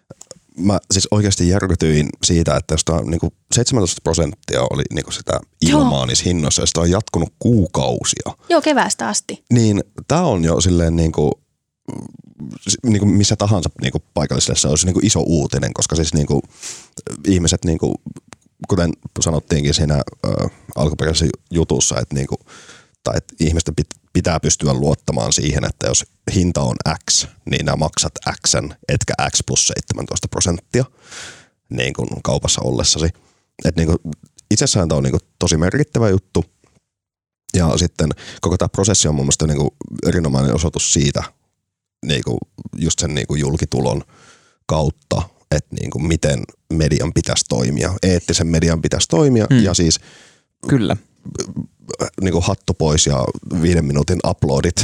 mä siis oikeasti järkytyin siitä, että jos tämä niinku seitsemäntoista prosenttia oli niinku sitä ilmaanishinnoissa ja sitä on jatkunut kuukausia. Joo, keväästä asti. Niin tää on jo silleen niinku, niinku missä tahansa niinku paikallisessa olisi niinku iso uutinen, koska siis niinku ihmiset niinku, kuten sanottiinkin siinä ö, alkuperäisessä jutussa, että niinku, tai että ihmisten pit, pitää pystyä luottamaan siihen, että jos hinta on X, niin nämä maksat X, etkä X plus seitsemäntoista prosenttia niin kuin kaupassa ollessasi. Että niin kuin, itsessään tämä on niin kuin tosi merkittävä juttu. Ja sitten koko tämä prosessi on mun mielestä niin kuin erinomainen osoitus siitä, niin kuin just sen niin kuin julkitulon kautta, että niin kuin miten median pitäisi toimia, eettisen median pitäisi toimia hmm. ja siis kyllä. Niin kuin hattu pois ja viiden minuutin uploadit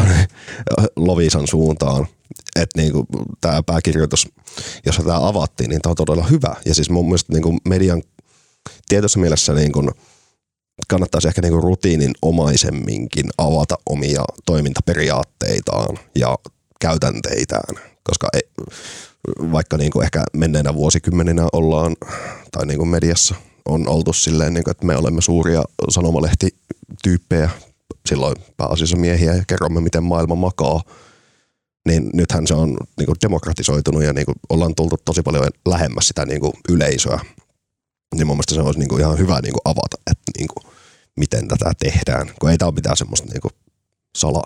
Loviisan suuntaan. Että niin kuin tämä pääkirjoitus, jos tämä avattiin, niin tämä on todella hyvä. Ja siis mun mielestä niin kuin median tietyssä mielessä niin kuin kannattaisi ehkä niin kuin rutiininomaisemminkin avata omia toimintaperiaatteitaan ja käytänteitään. Koska ei, vaikka niin kuin ehkä menneinä vuosikymmeninä ollaan, tai niin kuin mediassa on oltu silleen, että me olemme suuria sanomalehtityyppejä silloin pääasiassa miehiä ja kerromme, miten maailma makaa. Niin nythän se on niin kuin demokratisoitunut ja niin kuin ollaan tultu tosi paljon lähemmäs sitä niin kuin yleisöä. Niin mun mielestä se olisi niin kuin ihan hyvä niin kuin avata, että niin kuin, miten tätä tehdään. Kun ei tämä ole mitään semmoista niin kuin sala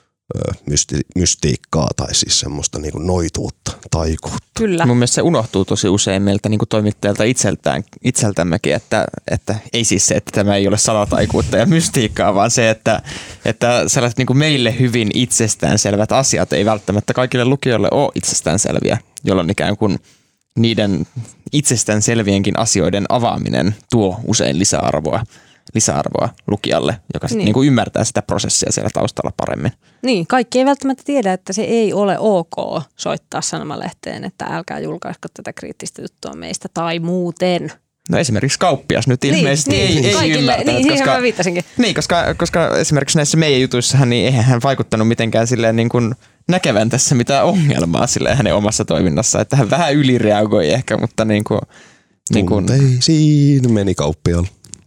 mysti, mystiikkaa tai siis semmoista niin kuin noituutta, taikuutta. Kyllä. Mun mielestä se unohtuu tosi usein meiltä niin kuin toimittajilta itseltään, itseltämmekin, että, että ei siis se, että tämä ei ole salataikuutta ja mystiikkaa, vaan se, että, että sellaiset niin kuin meille hyvin itsestäänselvät asiat ei välttämättä kaikille lukijoille ole itsestäänselviä, jolloin ikään kuin niiden itsestäänselvienkin asioiden avaaminen tuo usein lisäarvoa. lisäarvoa lukijalle, joka sitten niin. niinku ymmärtää sitä prosessia siellä taustalla paremmin. Niin, kaikki ei välttämättä tiedä, että se ei ole ok soittaa sanomalehteen, että älkää julkaisko tätä kriittistä juttua meistä tai muuten. No esimerkiksi kauppias nyt ilmeisesti niin, ei, niin, ei kaikille, ymmärtänyt. niin, koska, mä viittasinkin. Niin, koska, koska esimerkiksi näissä meidän jutuissahan niin eihän hän vaikuttanut mitenkään silleen niin kuin näkevän tässä mitään ongelmaa silleen hänen omassa toiminnassaan. Että hän vähän ylireagoi ehkä, mutta niin kuin... Niin kuin tunteisiin meni kauppiaalla.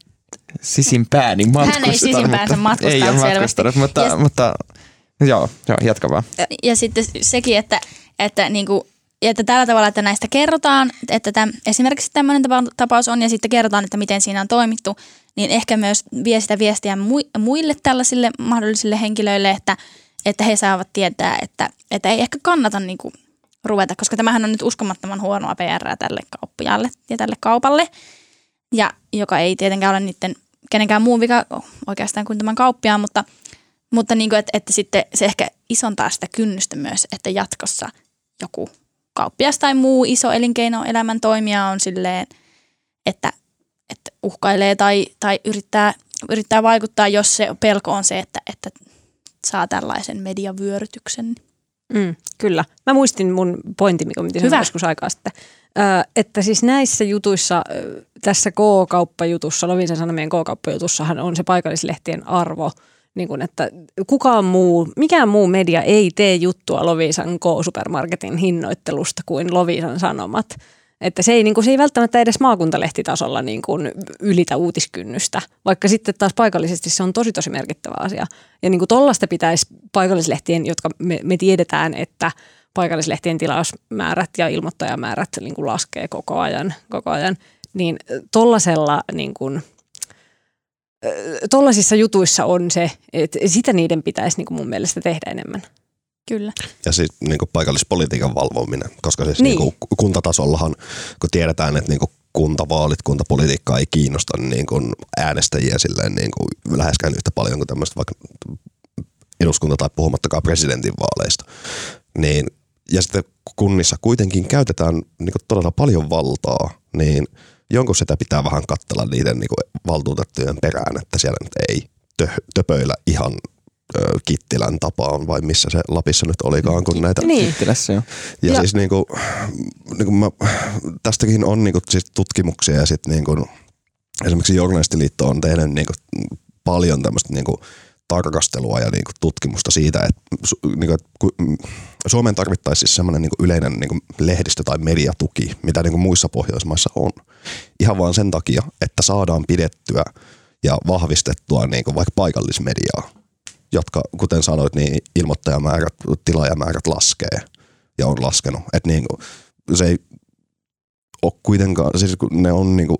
Sisimpääni matkustanut. Hän ei sisimpäänsä matkustanut Ei ole selvästi. matkustanut, mutta, Ja- mutta joo, joo, jatka vaan. Ja, ja sitten sekin, että, että, niinku, että tällä tavalla, että näistä kerrotaan, että täm, esimerkiksi tämmöinen tapa- tapaus on ja sitten kerrotaan, että miten siinä on toimittu, niin ehkä myös vie sitä viestiä muille tällaisille mahdollisille henkilöille, että, että he saavat tietää, että, että ei ehkä kannata niinku ruveta, koska tämähän on nyt uskomattoman huonoa P R tälle kauppiaalle ja tälle kaupalle, ja joka ei tietenkään ole niiden kenenkään muun vika oikeastaan kuin tämän kauppiaan, mutta, mutta niin kuin, että, että sitten se ehkä isontaa sitä kynnystä myös, että jatkossa joku kauppias tai muu iso elinkeinoelämän toimija on silleen, että, että uhkailee tai, tai yrittää, yrittää vaikuttaa, jos se pelko on se, että, että saa tällaisen mediavyörytyksen. Mm, kyllä. Mä muistin mun pointin, mikä mä sanoin joskus aikaa sitten. Ö, että siis näissä jutuissa, ö, tässä K-kauppajutussa, Loviisan Sanomien K-kauppajutussahan on se paikallislehtien arvo, niin kuin, että kukaan muu, mikään muu media ei tee juttua Loviisan K-supermarketin hinnoittelusta kuin Loviisan Sanomat. Että se ei, niin kuin, se ei välttämättä edes maakuntalehtitasolla niin kuin ylitä uutiskynnystä, vaikka sitten taas paikallisesti se on tosi tosi merkittävä asia. Ja niin kuin tollaista pitäisi paikallislehtien, jotka me, me tiedetään, että paikallislehtien tilausmäärät ja ilmoittajamäärät niin kuin laskee koko ajan, koko ajan, niin tollasella niin kuin, tollasissa jutuissa on se, että sitä niiden pitäisi niin kuin mun mielestä tehdä enemmän. Kyllä. Ja siis niin kuin paikallispolitiikan valvominen, koska siis Niin. niin kuin kuntatasollahan, kun tiedetään, että niin kuin kuntavaalit, kuntapolitiikka ei kiinnosta niin kuin äänestäjiä silleen niin kuin läheskään yhtä paljon kuin tämmöistä vaikka eduskunta- tai puhumattakaan presidentinvaaleista. Niin, ja sitten kunnissa kuitenkin käytetään niin kuin todella paljon valtaa, niin jonkun sitä pitää vähän katsella niiden niin kuin valtuutettujen perään, että siellä nyt ei tö, töpöillä ihan Kittilän tapaan, vai missä se Lapissa nyt olikaan, kun näitä... Niin. Kittilässä jo. Ja, Ja- siis niinku, niinku mä, tästäkin on niinku siis tutkimuksia ja sit niinku, esimerkiksi Journalistiliitto on tehnyt niinku paljon tämmöistä niinku tarkastelua ja niinku tutkimusta siitä, että su- niinku, et ku- Suomeen tarvittaisiin siis semmoinen niinku yleinen niinku lehdistö- tai mediatuki, mitä niinku muissa Pohjoismaissa on. Ihan vaan sen takia, että saadaan pidettyä ja vahvistettua niinku vaikka paikallismediaa, jotka, kuten sanoit, niin ilmoittajamäärät, tilaajamäärät laskee ja on laskenut. Että niinku, se ei ole kuitenkaan, siis kun ne on niinku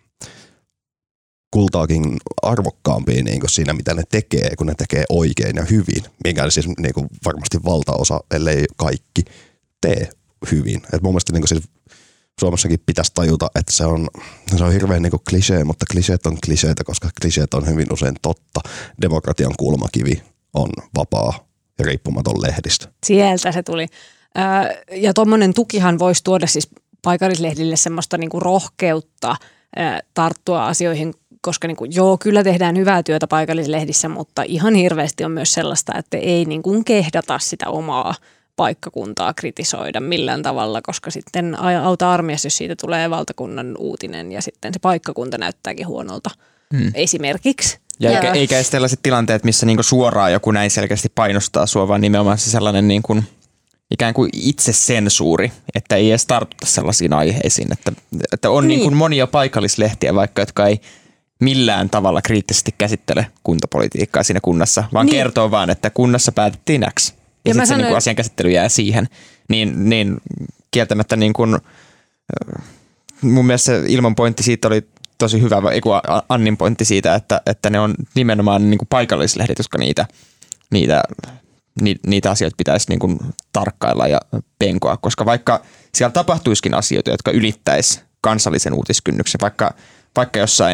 kultaakin arvokkaampia niinku siinä, mitä ne tekee, kun ne tekee oikein ja hyvin, minkä siis niinku varmasti valtaosa, ellei kaikki, tee hyvin. Et mun mielestä niinku siis Suomessakin pitäisi tajuta, että se on, se on hirveän niinku klisee, mutta kliseet on kliseitä, koska kliseet on hyvin usein totta. Demokratian kulmakivi on vapaa ja riippumaton lehdistö. Sieltä se tuli. Ö, ja tuommoinen tukihan voisi tuoda siis paikallislehdille semmoista niinku rohkeutta ö, tarttua asioihin, koska niinku, joo, kyllä tehdään hyvää työtä paikallislehdissä, mutta ihan hirveästi on myös sellaista, että ei niinku kehdata sitä omaa paikkakuntaa kritisoida millään tavalla, koska sitten auta armiassa, jos siitä tulee valtakunnan uutinen ja sitten se paikkakunta näyttääkin huonolta hmm. esimerkiksi. Ja eikä, eikä edes tällaiset tilanteet, missä niinku suoraan joku näin selkeästi painostaa sua, vaan nimenomaan se sellainen niinku, ikään kuin itsesensuuri, että ei edes tartuta sellaisiin aiheisiin. Että, että on niin. Niinku monia paikallislehtiä vaikka, jotka ei millään tavalla kriittisesti käsittele kuntapolitiikkaa siinä kunnassa, vaan niin. kertoo vaan, että kunnassa päätettiin X. Ja, ja sitten se sanoin... niin asian käsittely jää siihen. Niin, niin kieltämättä niin kuin, mun mielestä se Ilman pointti siitä oli tosi hyvä, eiku Annin pointti siitä, että, että ne on nimenomaan niin kuin paikallislehdet, jotka niitä, niitä, ni, niitä asioita pitäisi niin kuin tarkkailla ja penkoa, koska vaikka siellä tapahtuisikin asioita, jotka ylittäisi kansallisen uutiskynnyksen, vaikka, vaikka jossain,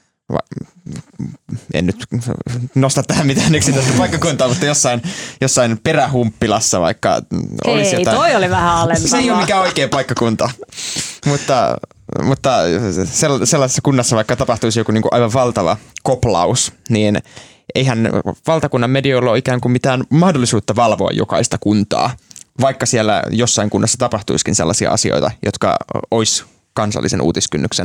en nyt nosta tähän mitään yksittäistä paikkakuntaa, mutta jossain, jossain Perähumppilassa vaikka Hei, olisi jotain. toi oli vähän alempaa. Se ei ole mikään oikea paikkakunta, mutta, mutta sellaisessa kunnassa vaikka tapahtuisi joku niin kuin aivan valtava koplaus, niin eihän valtakunnan medioilla ole ikään kuin mitään mahdollisuutta valvoa jokaista kuntaa, vaikka siellä jossain kunnassa tapahtuisikin sellaisia asioita, jotka olisi kansallisen uutiskynnyksen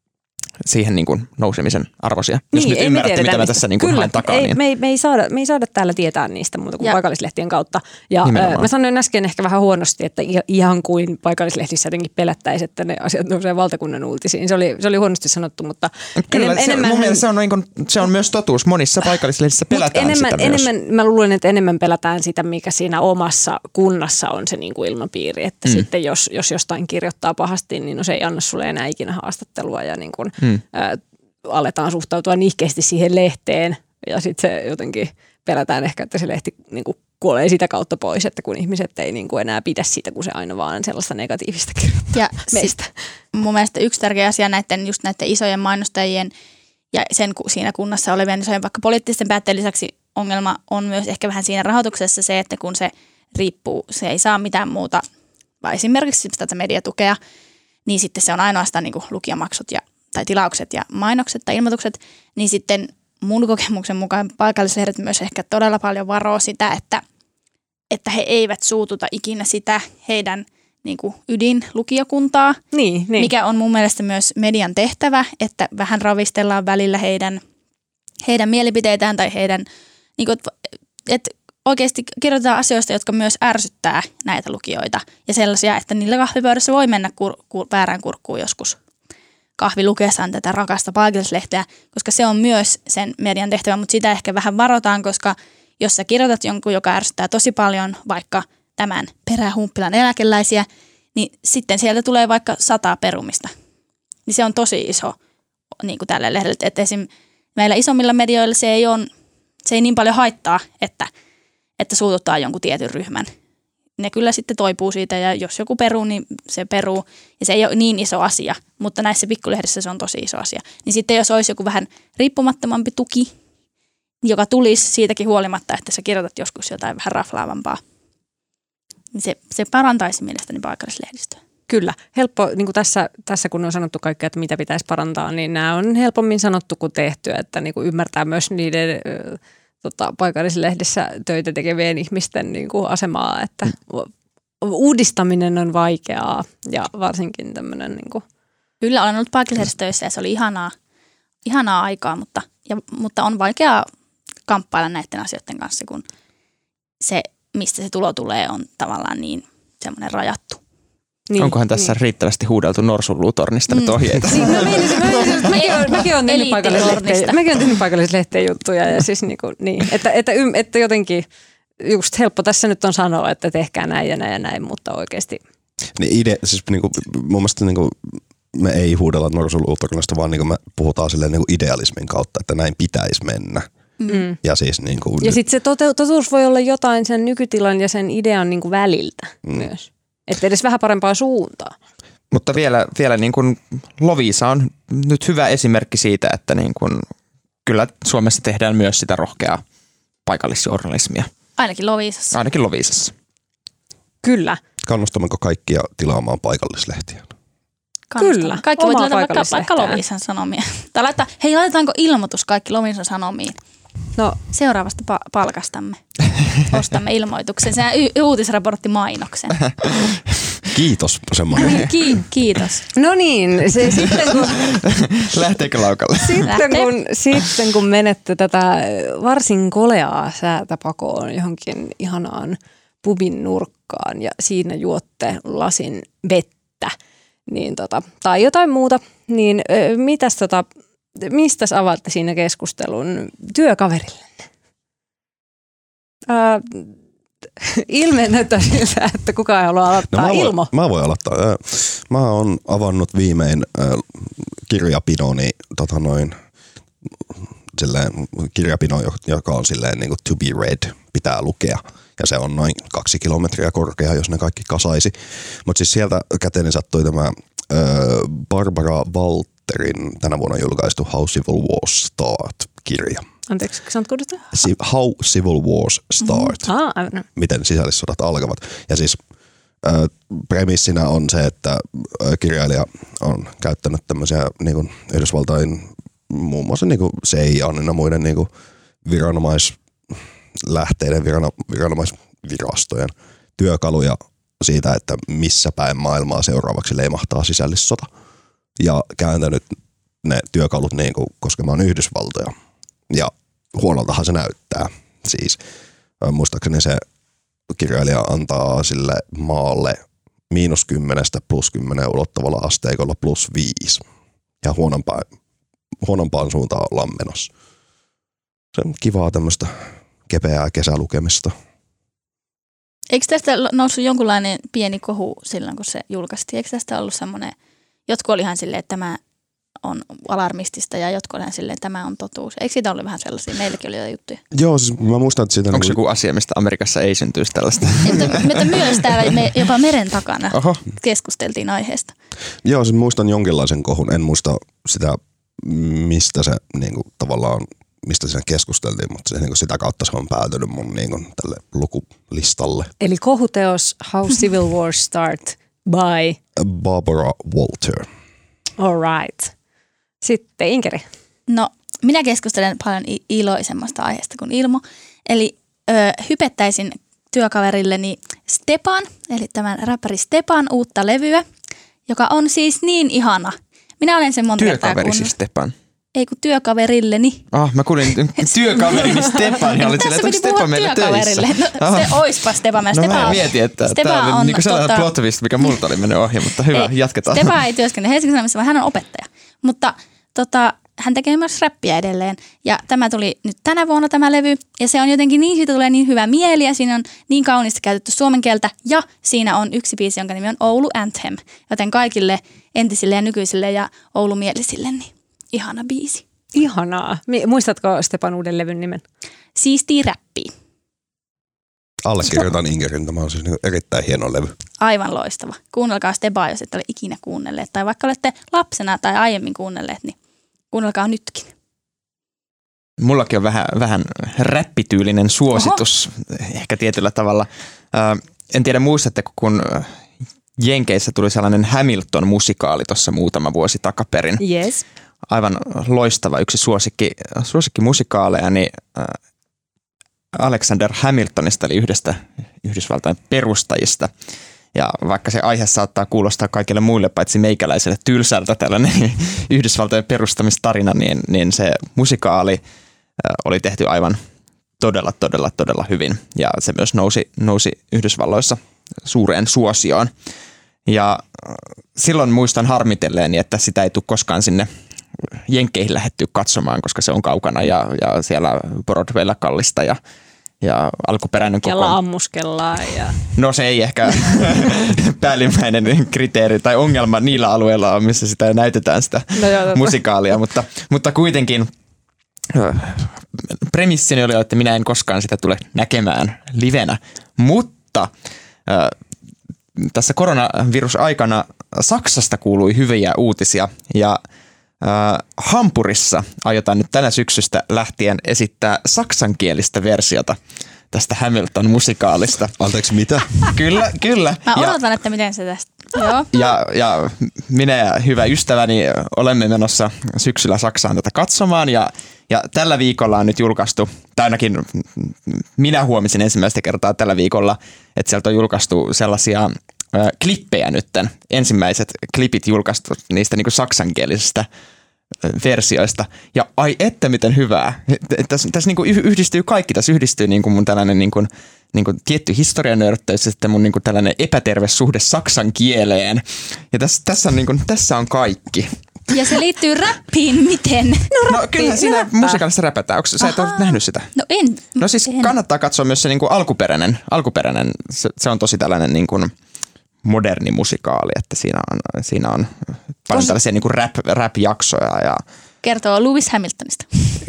siihen niin kuin nousemisen arvoisia. Niin, jos nyt ymmärrätte, mitä mä tässä niin kuin haen takaa. Ei, niin. me, ei, me, ei saada, me ei saada täällä tietää niistä muuta kuin ja. paikallislehtien kautta. Ja Nimenomaan. Mä sanoin äsken ehkä vähän huonosti, että ihan kuin paikallislehdissä jotenkin pelättäisiin, että ne asiat nousee valtakunnan uutisiin. Se oli, se oli huonosti sanottu, mutta kyllä, enem, se, enemmän... mun mielestä se on, niin kuin, se on myös totuus. Monissa paikallislehdissä pelätään enemmän, sitä myös. Enemmän, mä luulen, että enemmän pelätään sitä, mikä siinä omassa kunnassa on se niin kuin ilmapiiri. Että mm. sitten jos, jos jostain kirjoittaa pahasti, niin no se ei anna sulle enää ikinä haastattelua ja niin kuin, mm. ä, aletaan suhtautua nihkeästi siihen lehteen ja sitten se jotenkin pelätään ehkä, että se lehti niin kuin kuolee sitä kautta pois, että kun ihmiset ei niin kuin enää pidä siitä, kun se aina vaan sellaista negatiivista kirjoittaa ja meistä. Mun mielestä yksi tärkeä asia näiden, just näiden isojen mainostajien ja sen siinä kunnassa olevien isojen vaikka poliittisten päätteen lisäksi ongelma on myös ehkä vähän siinä rahoituksessa se, että kun se riippuu, se ei saa mitään muuta, vai esimerkiksi tätä mediatukea, niin sitten se on ainoastaan niin kuin lukijamaksut ja tai tilaukset ja mainokset tai ilmoitukset, niin sitten mun kokemuksen mukaan paikallislehdet myös ehkä todella paljon varoo sitä, että, että he eivät suututa ikinä sitä heidän niin kuin ydinlukijakuntaa, niin, niin. mikä on mun mielestä myös median tehtävä, että vähän ravistellaan välillä heidän, heidän mielipiteitään tai heidän, niin kuin, että oikeasti kirjoitetaan asioista, jotka myös ärsyttää näitä lukijoita ja sellaisia, että niillä kahvipöydässä voi mennä kur, kur, väärään kurkkuun joskus. Kahvi lukeessaan tätä rakasta paikallislehteä, koska se on myös sen median tehtävä, mutta sitä ehkä vähän varotaan, koska jos sä kirjoitat jonkun, joka ärsyttää tosi paljon, vaikka tämän Perähumppilan eläkeläisiä, niin sitten sieltä tulee vaikka sata perumista. Niin se on tosi iso niin kuin tälle lehdelle, että esim. Meillä isommilla medioilla se ei, on, se ei niin paljon haittaa, että, että suututtaa jonkun tietyn ryhmän. Ne kyllä sitten toipuu siitä ja jos joku peruu, niin se peruu. Ja se ei ole niin iso asia, mutta näissä pikkulehdissä se on tosi iso asia. Niin sitten jos olisi joku vähän riippumattomampi tuki, joka tulisi siitäkin huolimatta, että sä kirjoitat joskus jotain vähän raflaavampaa, niin se, se parantaisi mielestäni paikallislehdistöä. Kyllä. Helppo, niin kuin tässä, tässä kun on sanottu kaikkea, että mitä pitäisi parantaa, niin nämä on helpommin sanottu kuin tehty, että niin kuin ymmärtää myös niiden tota, paikallislehdessä töitä tekevien ihmisten niin kuin asemaa, että uudistaminen on vaikeaa ja varsinkin tämmöinen niin kuin... Kyllä, olen ollut paikallislehdessä töissä ja se oli ihanaa, ihanaa aikaa, mutta, ja, mutta on vaikeaa kamppailla näiden asioiden kanssa, kun se, mistä se tulo tulee, on tavallaan niin semmoinen rajattu. Niin, Onkohan tässä niin. riittävästi huudeltu Norsunluutornista nyt ohjeita? Mm. Niin, no, niin, mäkin olen, mäkin olen tehnyt paikallislehteen, mäkin olen tehnyt paikallislehteen juttuja ja siis niin kuin, niin, että, että, että jotenkin just helppo tässä nyt on sanoa, että tehkää näin ja näin ja näin, mutta oikeasti. Niin ide, siis niin kuin, mun mielestä niin kuin, me ei huudella Norsunluutornista, vaan niin kuin me puhutaan silleen niin kuin idealismin kautta, että näin pitäisi mennä. Mm. Ja, siis, niin kuin, ja sitten se tote- totuus voi olla jotain sen nykytilan ja sen idean niin kuin väliltä mm. myös. Että edes vähän parempaa suuntaa. Mutta vielä, vielä niin kuin Loviisa on nyt hyvä esimerkki siitä, että niin kuin kyllä Suomessa tehdään myös sitä rohkeaa paikallisjournalismia. Ainakin Loviisassa. Ainakin Loviisassa. Kyllä. Kannustammeko kaikkia tilaamaan paikallislehtiä? Kyllä. Kaikki voi tilata vaikka, vaikka Loviisan Sanomia. Tai laittaa, hei, laitetaanko ilmoitus kaikki Loviisan Sanomiin? No. Seuraavasta pa- palkastamme. Ostamme ilmoituksen. Se y- uutisraporttimainoksen. Kiitos semmoinen. Ki- kiitos. No niin, se sitten kun... Lähteekö laukalle? Sitten kun, sitten kun menette tätä varsin koleaa säätä pakoon johonkin ihanaan pubin nurkkaan ja siinä juotte lasin vettä niin tota, tai jotain muuta, niin mitäs tota... mistä avaatte siinä keskustelun työkaverillenne? Ää, ilme näyttää siltä, että kukaan ei halua aloittaa. No mä, voin, Ilmo. mä voin aloittaa. Mä oon avannut viimein äh, kirjapinoni, tota noin, silleen, kirjapino, joka on silleen niin kuin to be read, pitää lukea. Ja se on noin kaksi kilometriä korkea, jos ne kaikki kasaisi. Mutta siis sieltä käteeni sattui tämä äh, Barbara Walterin tänä vuonna julkaistu How Civil Wars Start-kirja. Anteeksi, sanotko sitä? How Civil Wars Start. Mm-hmm. Ah, aivan. Miten sisällissodat alkavat. Ja siis äh, premissinä on se, että äh, kirjailija on käyttänyt tämmöisiä niin kuin Yhdysvaltain muun muassa niin kuin C I A ja muiden niin kuin viranomaislähteiden, virano, viranomaisvirastojen työkaluja siitä, että missä päin maailmaa seuraavaksi leimahtaa sisällissota. Ja kääntänyt ne työkalut niin kuin koskemaan Yhdysvaltoja. Ja huonoltahan se näyttää. Siis muistaakseni se kirjailija antaa sille maalle miinus kymmenestä plus kymmenen ulottavalla asteikolla plus viisi. Ja huonompaan, huonompaan suuntaan ollaan menossa. Se on kivaa tämmöistä kepeää kesälukemista. Eikö tästä noussut jonkunlainen pieni kohu silloin, kun se julkaistiin? Eikö tästä ollut semmoinen, jotkut oli ihan silleen, että tämä on alarmistista ja jotkut oli ihan silleen, että tämä on totuus. Eikö siitä ollut vähän sellaisia? Meilläkin oli jotain juttuja. Joo, siis mä muistan, että siitä... Onko niin... joku asia, mistä Amerikassa ei syntyisi tällaista? Että, mutta myös täällä me, jopa meren takana Oho. keskusteltiin aiheesta. Joo, siis muistan jonkinlaisen kohun. En muista sitä, mistä se niin kuin, tavallaan, mistä siinä keskusteltiin, mutta se, niin kuin, sitä kautta se on päätynyt mun niin kuin, tälle lukulistalle. Eli kohuteos How Civil Wars Start by Barbara Walter. All right. Sitten Inkeri. No, minä keskustelen paljon iloisemmasta aiheesta kuin Ilmo. Eli ö, hypettäisin työkaverilleni Stepan, eli tämän räppäri Stepan uutta levyä, joka on siis niin ihana. Minä olen sen monta kertaa Työkaverisi Stepan. Ei kun työkaverilleni. Ah, mä kuulin työkaverini Stepan ja olin silleen, että onko Stepan meillä töissä? No, se oispa Stepan. No Stepan mä on, mietin, että Stepan tämä on on, niinku sellainen tota, plot twist, mikä multa oli mennyt ohi, mutta hyvä, ei, jatketaan. Stepan ei työskennellä Helsingin Sanomissa, vaan hän on opettaja. Mutta tota, hän tekee myös räppiä edelleen. Ja tämä tuli nyt tänä vuonna tämä levy. Ja se on jotenkin niin, siitä tulee niin hyvä mieli ja siinä on niin kauniisti käytetty suomen kieltä. Ja siinä on yksi biisi, jonka nimi on Oulu Anthem. Joten kaikille entisille ja nykyisille ja oulumielisille, niin ihana biisi. Ihanaa. Muistatko Stepan uuden levyn nimen? Siistii räppi. Allekirjoitan Inkerin. Tämä on siis niin erittäin hieno levy. Aivan loistava. Kuunnelkaa Stepaa, jos ette ole ikinä kuunnelleet. Tai vaikka olette lapsena tai aiemmin kuunnelleet, niin kuunnelkaa nytkin. Mullakin on vähän, vähän räppityylinen suositus, Oho. ehkä tietyllä tavalla. Äh, en tiedä muistatteko, kun Jenkeissä tuli sellainen Hamilton-musikaali tuossa muutama vuosi takaperin. Yes. Aivan loistava, yksi suosikki, suosikkimusikaaleja, niin äh, Alexander Hamiltonista, eli yhdestä Yhdysvaltain perustajista. Ja vaikka se aihe saattaa kuulostaa kaikille muille, paitsi meikäläiselle tylsältä tällainen Yhdysvaltojen perustamistarina, niin, niin se musikaali äh, oli tehty aivan todella, todella, todella hyvin. Ja se myös nousi, nousi Yhdysvalloissa suureen suosioon. Ja äh, silloin muistan harmitelleeni, että sitä ei tule koskaan sinne Jenkkeihin lähdettyä katsomaan, koska se on kaukana ja, ja siellä Broadwaylla kallista ja, ja alkuperäinen koko... Kella ammuskellaan ja... No se ei ehkä päällimmäinen kriteeri tai ongelma niillä alueilla on, missä sitä näytetään sitä no joo, musikaalia, mutta, mutta kuitenkin premissini oli, että minä en koskaan sitä tule näkemään livenä, mutta äh, tässä koronavirusaikana Saksasta kuului hyviä uutisia ja Äh, Hampurissa aiotaan nyt tänä syksystä lähtien esittää saksankielistä versiota tästä Hamilton-musikaalista. Anteeksi, mitä? Kyllä, kyllä. Mä ja, odotan, että miten se tästä. Joo. Ja, ja minä ja hyvä ystäväni olemme menossa syksyllä Saksaan tätä katsomaan ja, ja tällä viikolla on nyt julkaistu, tai ainakin minä huomisin ensimmäistä kertaa tällä viikolla, että sieltä on julkaistu sellaisia klippejä nytten. Ensimmäiset klipit julkaistu niistä niin kuin saksankielisistä versioista. Ja ai että miten hyvää. Tässä, tässä niin kuin yhdistyy kaikki. Tässä yhdistyy niin kuin mun tällainen niin kuin, niin kuin tietty historianörttäys ja sitten mun niin kuin tällainen epäterve suhde saksan kieleen. Ja tässä, tässä, on, niin kuin, tässä on kaikki. Ja se liittyy räppiin miten? No, no kyllä siinä musikaalissa räpätään. Onko sä et ole nähnyt sitä? No en. No siis en. kannattaa katsoa myös se niinku alkuperäinen. alkuperäinen se, se on tosi tällainen niinku moderni musikaali, että siinä on, siinä on paljon tällaisia niinku rap, rap-jaksoja. Ja kertoo Lewis Hamiltonista.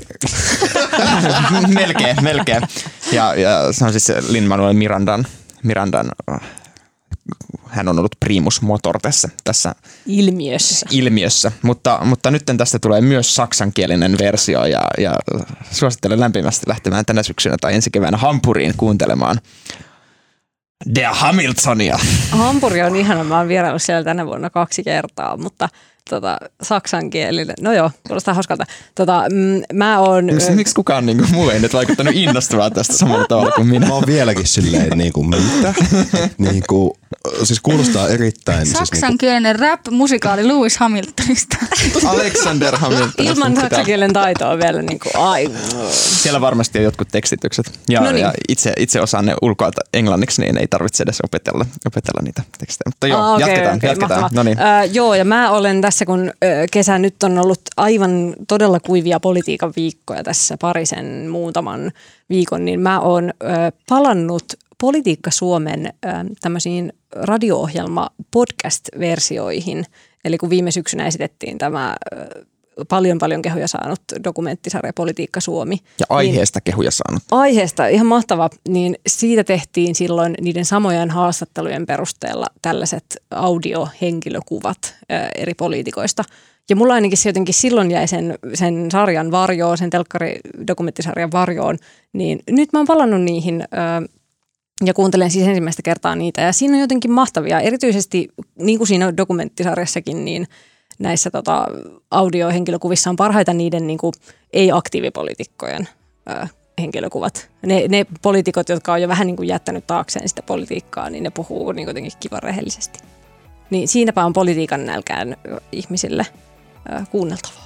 melkein, melkein. Ja, ja se on siis Lin-Manuel Mirandan, Mirandan hän on ollut primus motor tässä, tässä ilmiössä. ilmiössä. Mutta, mutta nyt tästä tulee myös saksankielinen versio ja, ja suosittelen lämpimästi lähtemään tänä syksynä tai ensi keväänä Hampuriin kuuntelemaan Der Hamiltonia. Hampuri on ihana, mä oon vieraillut siellä tänä vuonna kaksi kertaa, mutta tota, saksankielinen, no joo, kuulostaa hauskalta. Tota, mm, mä oon... Miksi, miksi kukaan niinku, muu ei nyt vaikuttanut innostavaa tästä samalla tavalla kuin minä? Mä oon vieläkin silleen niinku, mitä? niinku, siis kuulostaa erittäin... Saksankielinen siis, rap musikaali Lewis Hamiltonista. Alexander Hamilton. Ilman saksankielen taitoa vielä niinku, ai. Siellä varmasti on jotkut tekstitykset. Ja, no niin. ja itse, itse osaan ne ulkoa englanniksi, niin ei tarvitse edes opetella, opetella niitä tekstejä. Mutta joo, ah, okay, jatketaan. Okay, jatketaan. No niin. uh, joo, ja mä olen tässä, kun kesä nyt on ollut aivan todella kuivia politiikan viikkoja tässä parisen muutaman viikon, niin mä oon ö, palannut Politiikka Suomen ö, tämmöisiin radio-ohjelma podcast-versioihin. Eli kun viime syksynä esitettiin tämä ö, paljon paljon kehuja saanut dokumenttisarja Politiikka Suomi. Ja aiheesta niin, kehuja saanut. Aiheesta, ihan mahtava. Niin siitä tehtiin silloin niiden samojen haastattelujen perusteella tällaiset audiohenkilökuvat ö, eri poliitikoista. Ja mulla ainakin se jotenkin silloin jäi sen, sen sarjan varjoon, sen telkkaridokumenttisarjan varjoon, niin nyt mä oon palannut niihin ö, ja kuuntelen siis ensimmäistä kertaa niitä. Ja siinä on jotenkin mahtavia, erityisesti niin kuin siinä dokumenttisarjassakin, niin näissä tota, audiohenkilökuvissa on parhaita niiden niin kuin ei-aktiivipoliitikkojen ö, henkilökuvat. Ne, ne poliitikot, jotka on jo vähän niin kuin jättänyt taakseen sitä politiikkaa, niin ne puhuu niin jotenkin kivan rehellisesti. Niin siinäpä on politiikan nälkään ihmisille äh, kuunneltavaa.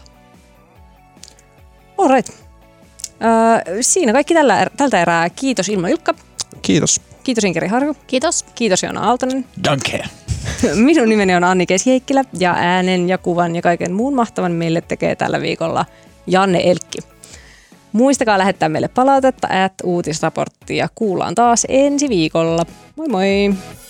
All right. Äh, siinä kaikki tällä, tältä erää. Kiitos Ilma Ilkka. Kiitos. Kiitos Inkeri Harju. Kiitos. Kiitos Joona Aaltonen. Danke. Minun nimeni on Anni Keski-Heikkilä ja äänen ja kuvan ja kaiken muun mahtavan meille tekee tällä viikolla Janne Elkki. Muistakaa lähettää meille palautetta at uutisraporttia. Kuullaan taas ensi viikolla. Moi moi!